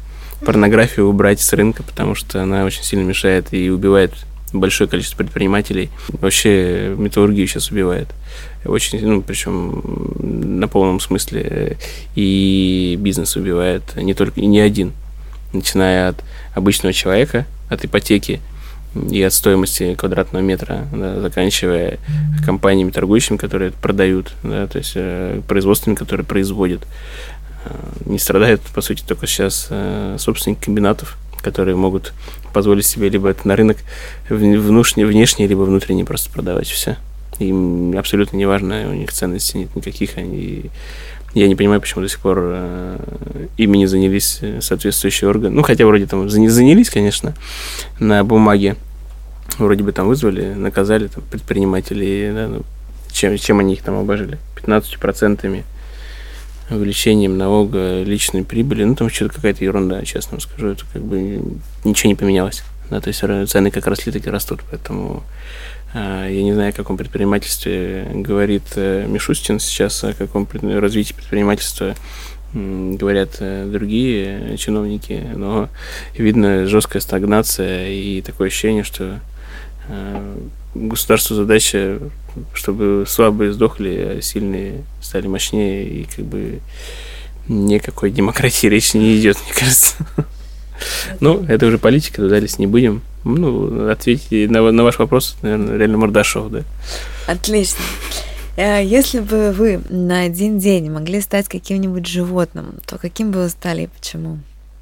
порнографию убрать с рынка, потому что она очень сильно мешает и убивает большое количество предпринимателей. Вообще металлургию сейчас убивает. Очень, причем на полном смысле, и бизнес убивает, не один. Начиная от обычного человека, от ипотеки и от стоимости квадратного метра, да, заканчивая компаниями торгующими, которые продают, да, то есть производствами, которые производят. Не страдают, по сути, только сейчас собственники комбинатов, которые могут позволить себе либо это на рынок внешний, либо внутренний просто продавать все. Им абсолютно не важно, у них ценностей нет никаких. Я не понимаю, почему до сих пор ими не занялись соответствующие органы. Хотя вроде там занялись, конечно, на бумаге. Вроде бы там вызвали, наказали там, предпринимателей. Да, чем они их там обожили? 15% увеличением налога личной прибыли. Там что-то какая-то ерунда, честно вам скажу. Это как бы ничего не поменялось. Да, то есть цены как росли, так и растут. Поэтому я не знаю, о каком предпринимательстве говорит Мишустин сейчас, о каком развитии предпринимательства говорят другие чиновники, но видно жесткая стагнация и такое ощущение, что государству задача, чтобы слабые сдохли, а сильные стали мощнее, и как бы никакой демократии речи не идет, мне кажется. Это уже политика, туда лезть не будем. Ответьте на ваш вопрос, наверное, реально Мордашов, да. Отлично. Если бы вы на один день могли стать каким-нибудь животным, то каким бы вы стали и почему?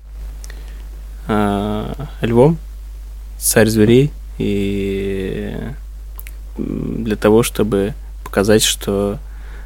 Львом, царь зверей, и для того, чтобы показать, что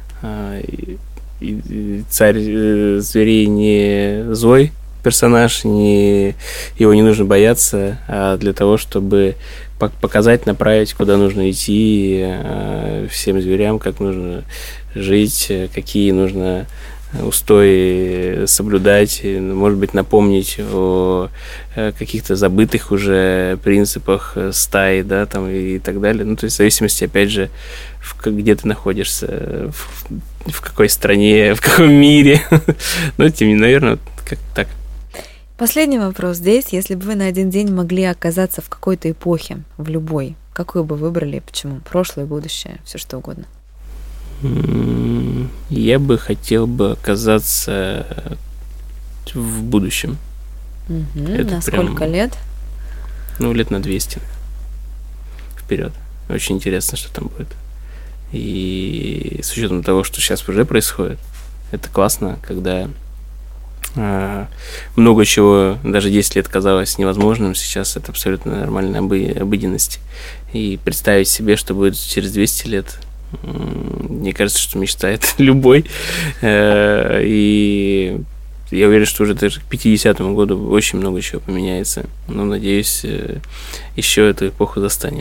царь зверей не злой персонаж, его не нужно бояться, а для того, чтобы показать, направить, куда нужно идти всем зверям, как нужно жить, какие нужно устои соблюдать, может быть, напомнить о каких-то забытых уже принципах стаи, да, там и так далее. То есть в зависимости, опять же, где ты находишься, в какой стране, в каком мире. Тем не менее, наверное, как так. Последний вопрос здесь. Если бы вы на один день могли оказаться в какой-то эпохе, в любой, какую бы выбрали и почему? Прошлое, будущее, все что угодно. Я бы хотел оказаться в будущем. На сколько лет? Лет на 200 вперед. Очень интересно, что там будет. И с учетом того, что сейчас уже происходит, это классно, когда много чего даже 10 лет казалось невозможным, сейчас это абсолютно нормальная обыденность. И представить себе, что будет через 200 лет, мне кажется, что мечтает любой. И я уверен, что уже даже к 50-му году очень много чего поменяется. Но, надеюсь, еще эту эпоху застанем.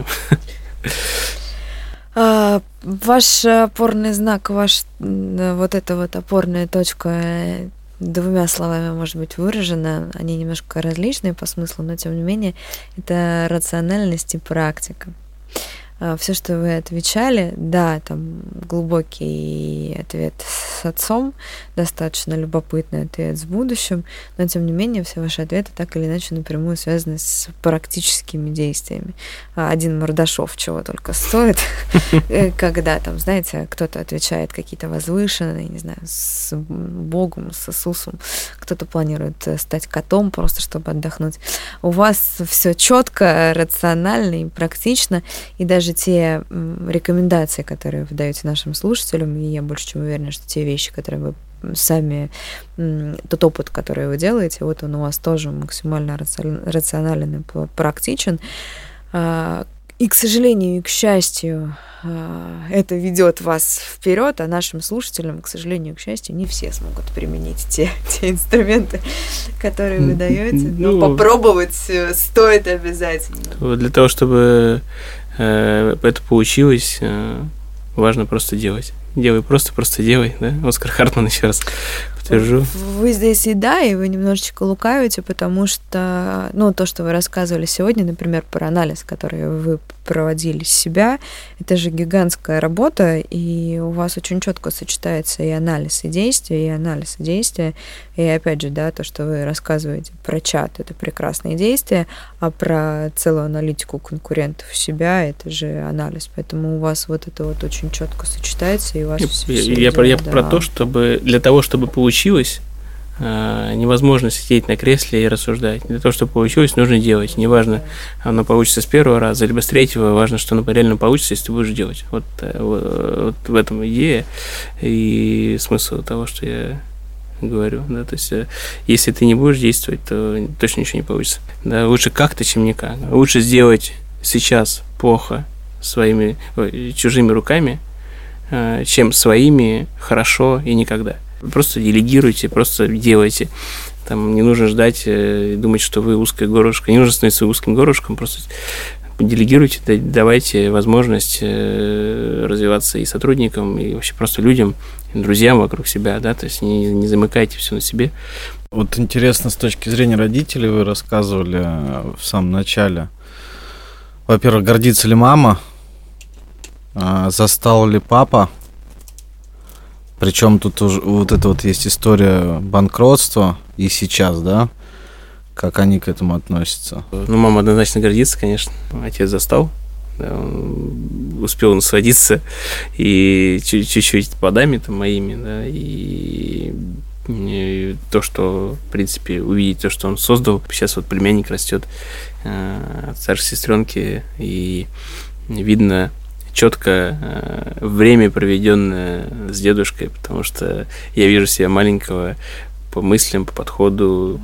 Ваш опорный знак, вот эта вот опорная точка, двумя словами, может быть, выражена, они немножко различные по смыслу, но тем не менее это рациональность и практика. Все, что вы отвечали, да, там глубокий ответ с отцом, достаточно любопытный ответ с будущим, но тем не менее все ваши ответы так или иначе напрямую связаны с практическими действиями. Один Мордашов чего только стоит, когда там, знаете, кто-то отвечает какие-то возвышенные, не знаю, с Богом, с Иисусом, кто-то планирует стать котом просто чтобы отдохнуть. У вас все четко, рационально и практично, и даже те рекомендации, которые вы даете нашим слушателям, и я больше чем уверена, что те вещи, которые вы сами, тот опыт, который вы делаете, вот он у вас тоже максимально рационален и практичен. И, к сожалению, и к счастью, это ведет вас вперед, а нашим слушателям, к сожалению, к счастью, не все смогут применить те инструменты, которые вы даете. Но попробовать стоит обязательно. Для того, чтобы это получилось, важно просто делать. Делай просто делай, да? Оскар Хартман еще раз подтвержу. Вы здесь и да, и вы немножечко лукавите, потому что, то, что вы рассказывали сегодня, например, про анализ, который вы проводили себя, это же гигантская работа, и у вас очень четко сочетается и анализ и действия, и анализ и действия. И опять же, да, то, что вы рассказываете про чат, это прекрасные действия, а про целую аналитику конкурентов себя, это же анализ. Поэтому у вас вот это вот очень четко сочетается, и у вас Я про то, чтобы для того, чтобы получилось, невозможно сидеть на кресле и рассуждать. Для того, чтобы получилось, нужно делать. Неважно, оно получится с первого раза, либо с третьего, важно, что оно реально получится, если ты будешь делать. Вот в этом идея и смысл того, что я говорю. Да? То есть, если ты не будешь действовать, то точно ничего не получится. Да? Лучше как-то, чем никак. Лучше сделать сейчас плохо чужими руками, чем своими хорошо и никогда. Просто делегируйте, просто делайте. Там не нужно ждать и думать, что вы узкое горлышко. Не нужно становиться узким горлышком, просто делегируйте, давайте возможность развиваться и сотрудникам, и вообще просто людям, друзьям вокруг себя, да, то есть не замыкайте все на себе. Вот интересно, с точки зрения родителей вы рассказывали в самом начале. Во-первых, гордится ли мама? Застал ли папа? Причем тут уже вот это вот есть история банкротства и сейчас, да? Как они к этому относятся? Мама однозначно гордится, конечно. Отец застал, да, он успел насладиться и чуть-чуть плодами там моими, да, и то, что, в принципе, увидеть то, что он создал. Сейчас вот племянник растет от старшей сестренки, и видно четко время, проведенное с дедушкой, потому что я вижу себя маленького по мыслям, по подходу,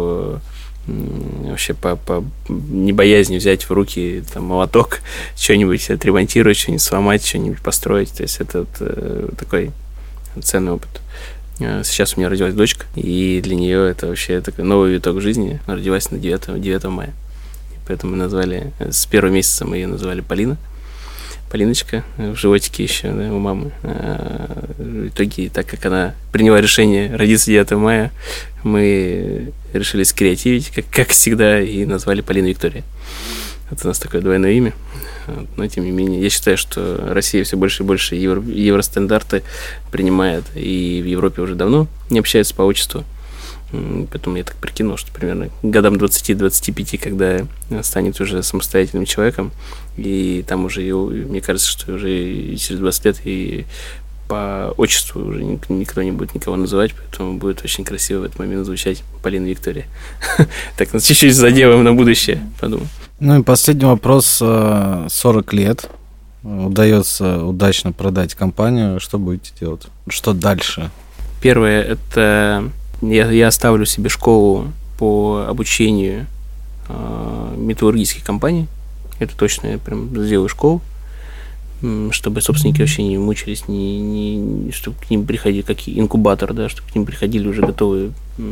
вообще по небоязни взять в руки там, молоток, что-нибудь отремонтировать, что-нибудь сломать, что-нибудь построить. То есть это вот такой ценный опыт. Сейчас у меня родилась дочка, и для нее это вообще такой новый виток жизни. Она родилась на 9 мая. И поэтому с первого месяца мы ее назвали Полина. Полиночка в животике еще, да, у мамы. В итоге, так как она приняла решение родиться 9 мая, мы решили скреативить, как всегда, и назвали Полину Виктория. Это у нас такое двойное имя. Но, тем не менее, я считаю, что Россия все больше и больше евростандарты принимает, и в Европе уже давно не общаются по отчеству. Поэтому я так прикинул, что примерно годам 20-25, когда станет уже самостоятельным человеком, и там уже, мне кажется, что уже через 20 лет и по отчеству уже никто не будет никого называть, поэтому будет очень красиво в этот момент звучать Полина Виктория. Так, нас чуть-чуть заделаем на будущее, подумаю. Ну и последний вопрос. 40 лет. Удается удачно продать компанию. Что будете делать? Что дальше? Первое, это я оставлю себе школу по обучению металлургических компаний. Это точно, я прям сделаю школу, чтобы собственники вообще не мучились, чтобы к ним приходили, как инкубатор, да, чтобы к ним приходили уже готовые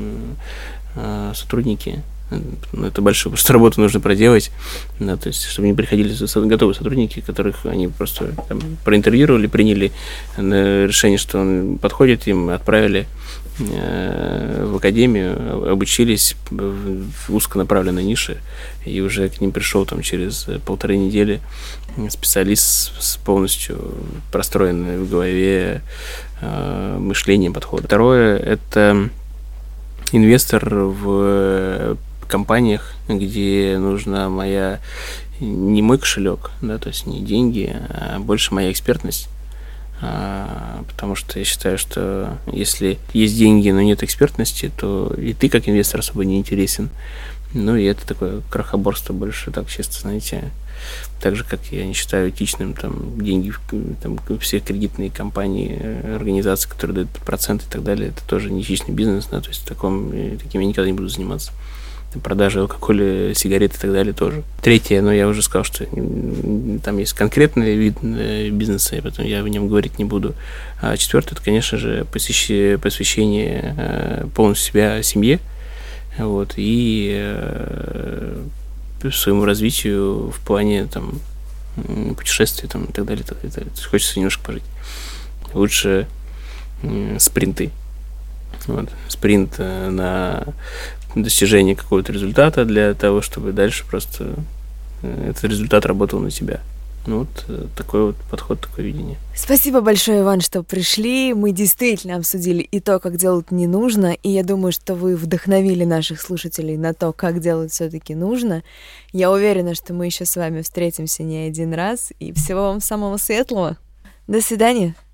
сотрудники. Это большую просто работу нужно проделать, да, то есть, чтобы не приходили готовые сотрудники, которых они просто там проинтервьюировали, приняли решение, что он подходит, им отправили в академию, обучились в узконаправленной нише, и уже к ним пришел там через 1,5 недели специалист с полностью простроенной в голове мышлением, подходом. Второе – это инвестор в компаниях, где нужна не мой кошелек, да, то есть не деньги, а больше моя экспертность. Потому что я считаю, что если есть деньги, но нет экспертности, то и ты как инвестор особо не интересен. Ну и это такое крохоборство больше, так чисто, знаете. Так же, как я не считаю этичным там, деньги, там, все кредитные компании, организации, которые дают проценты и так далее, это тоже не этичный бизнес, да, то есть таким я никогда не буду заниматься. Продажи алкоголя, сигарет и так далее тоже. Третье, я уже сказал, что там есть конкретный вид бизнеса, и поэтому я о нем говорить не буду. А четвертое, это, конечно же, посвящение полностью себя семье, вот, и своему развитию в плане там, путешествий там, и так далее, и так далее. Хочется немножко пожить. Лучше спринты, Вот. Спринт на достижение какого-то результата для того, чтобы дальше просто этот результат работал на тебя. Ну вот такой вот подход, такое видение. Спасибо большое, Иван, что пришли. Мы действительно обсудили и то, как делать не нужно, и я думаю, что вы вдохновили наших слушателей на то, как делать все-таки нужно. Я уверена, что мы еще с вами встретимся не один раз, и всего вам самого светлого. До свидания.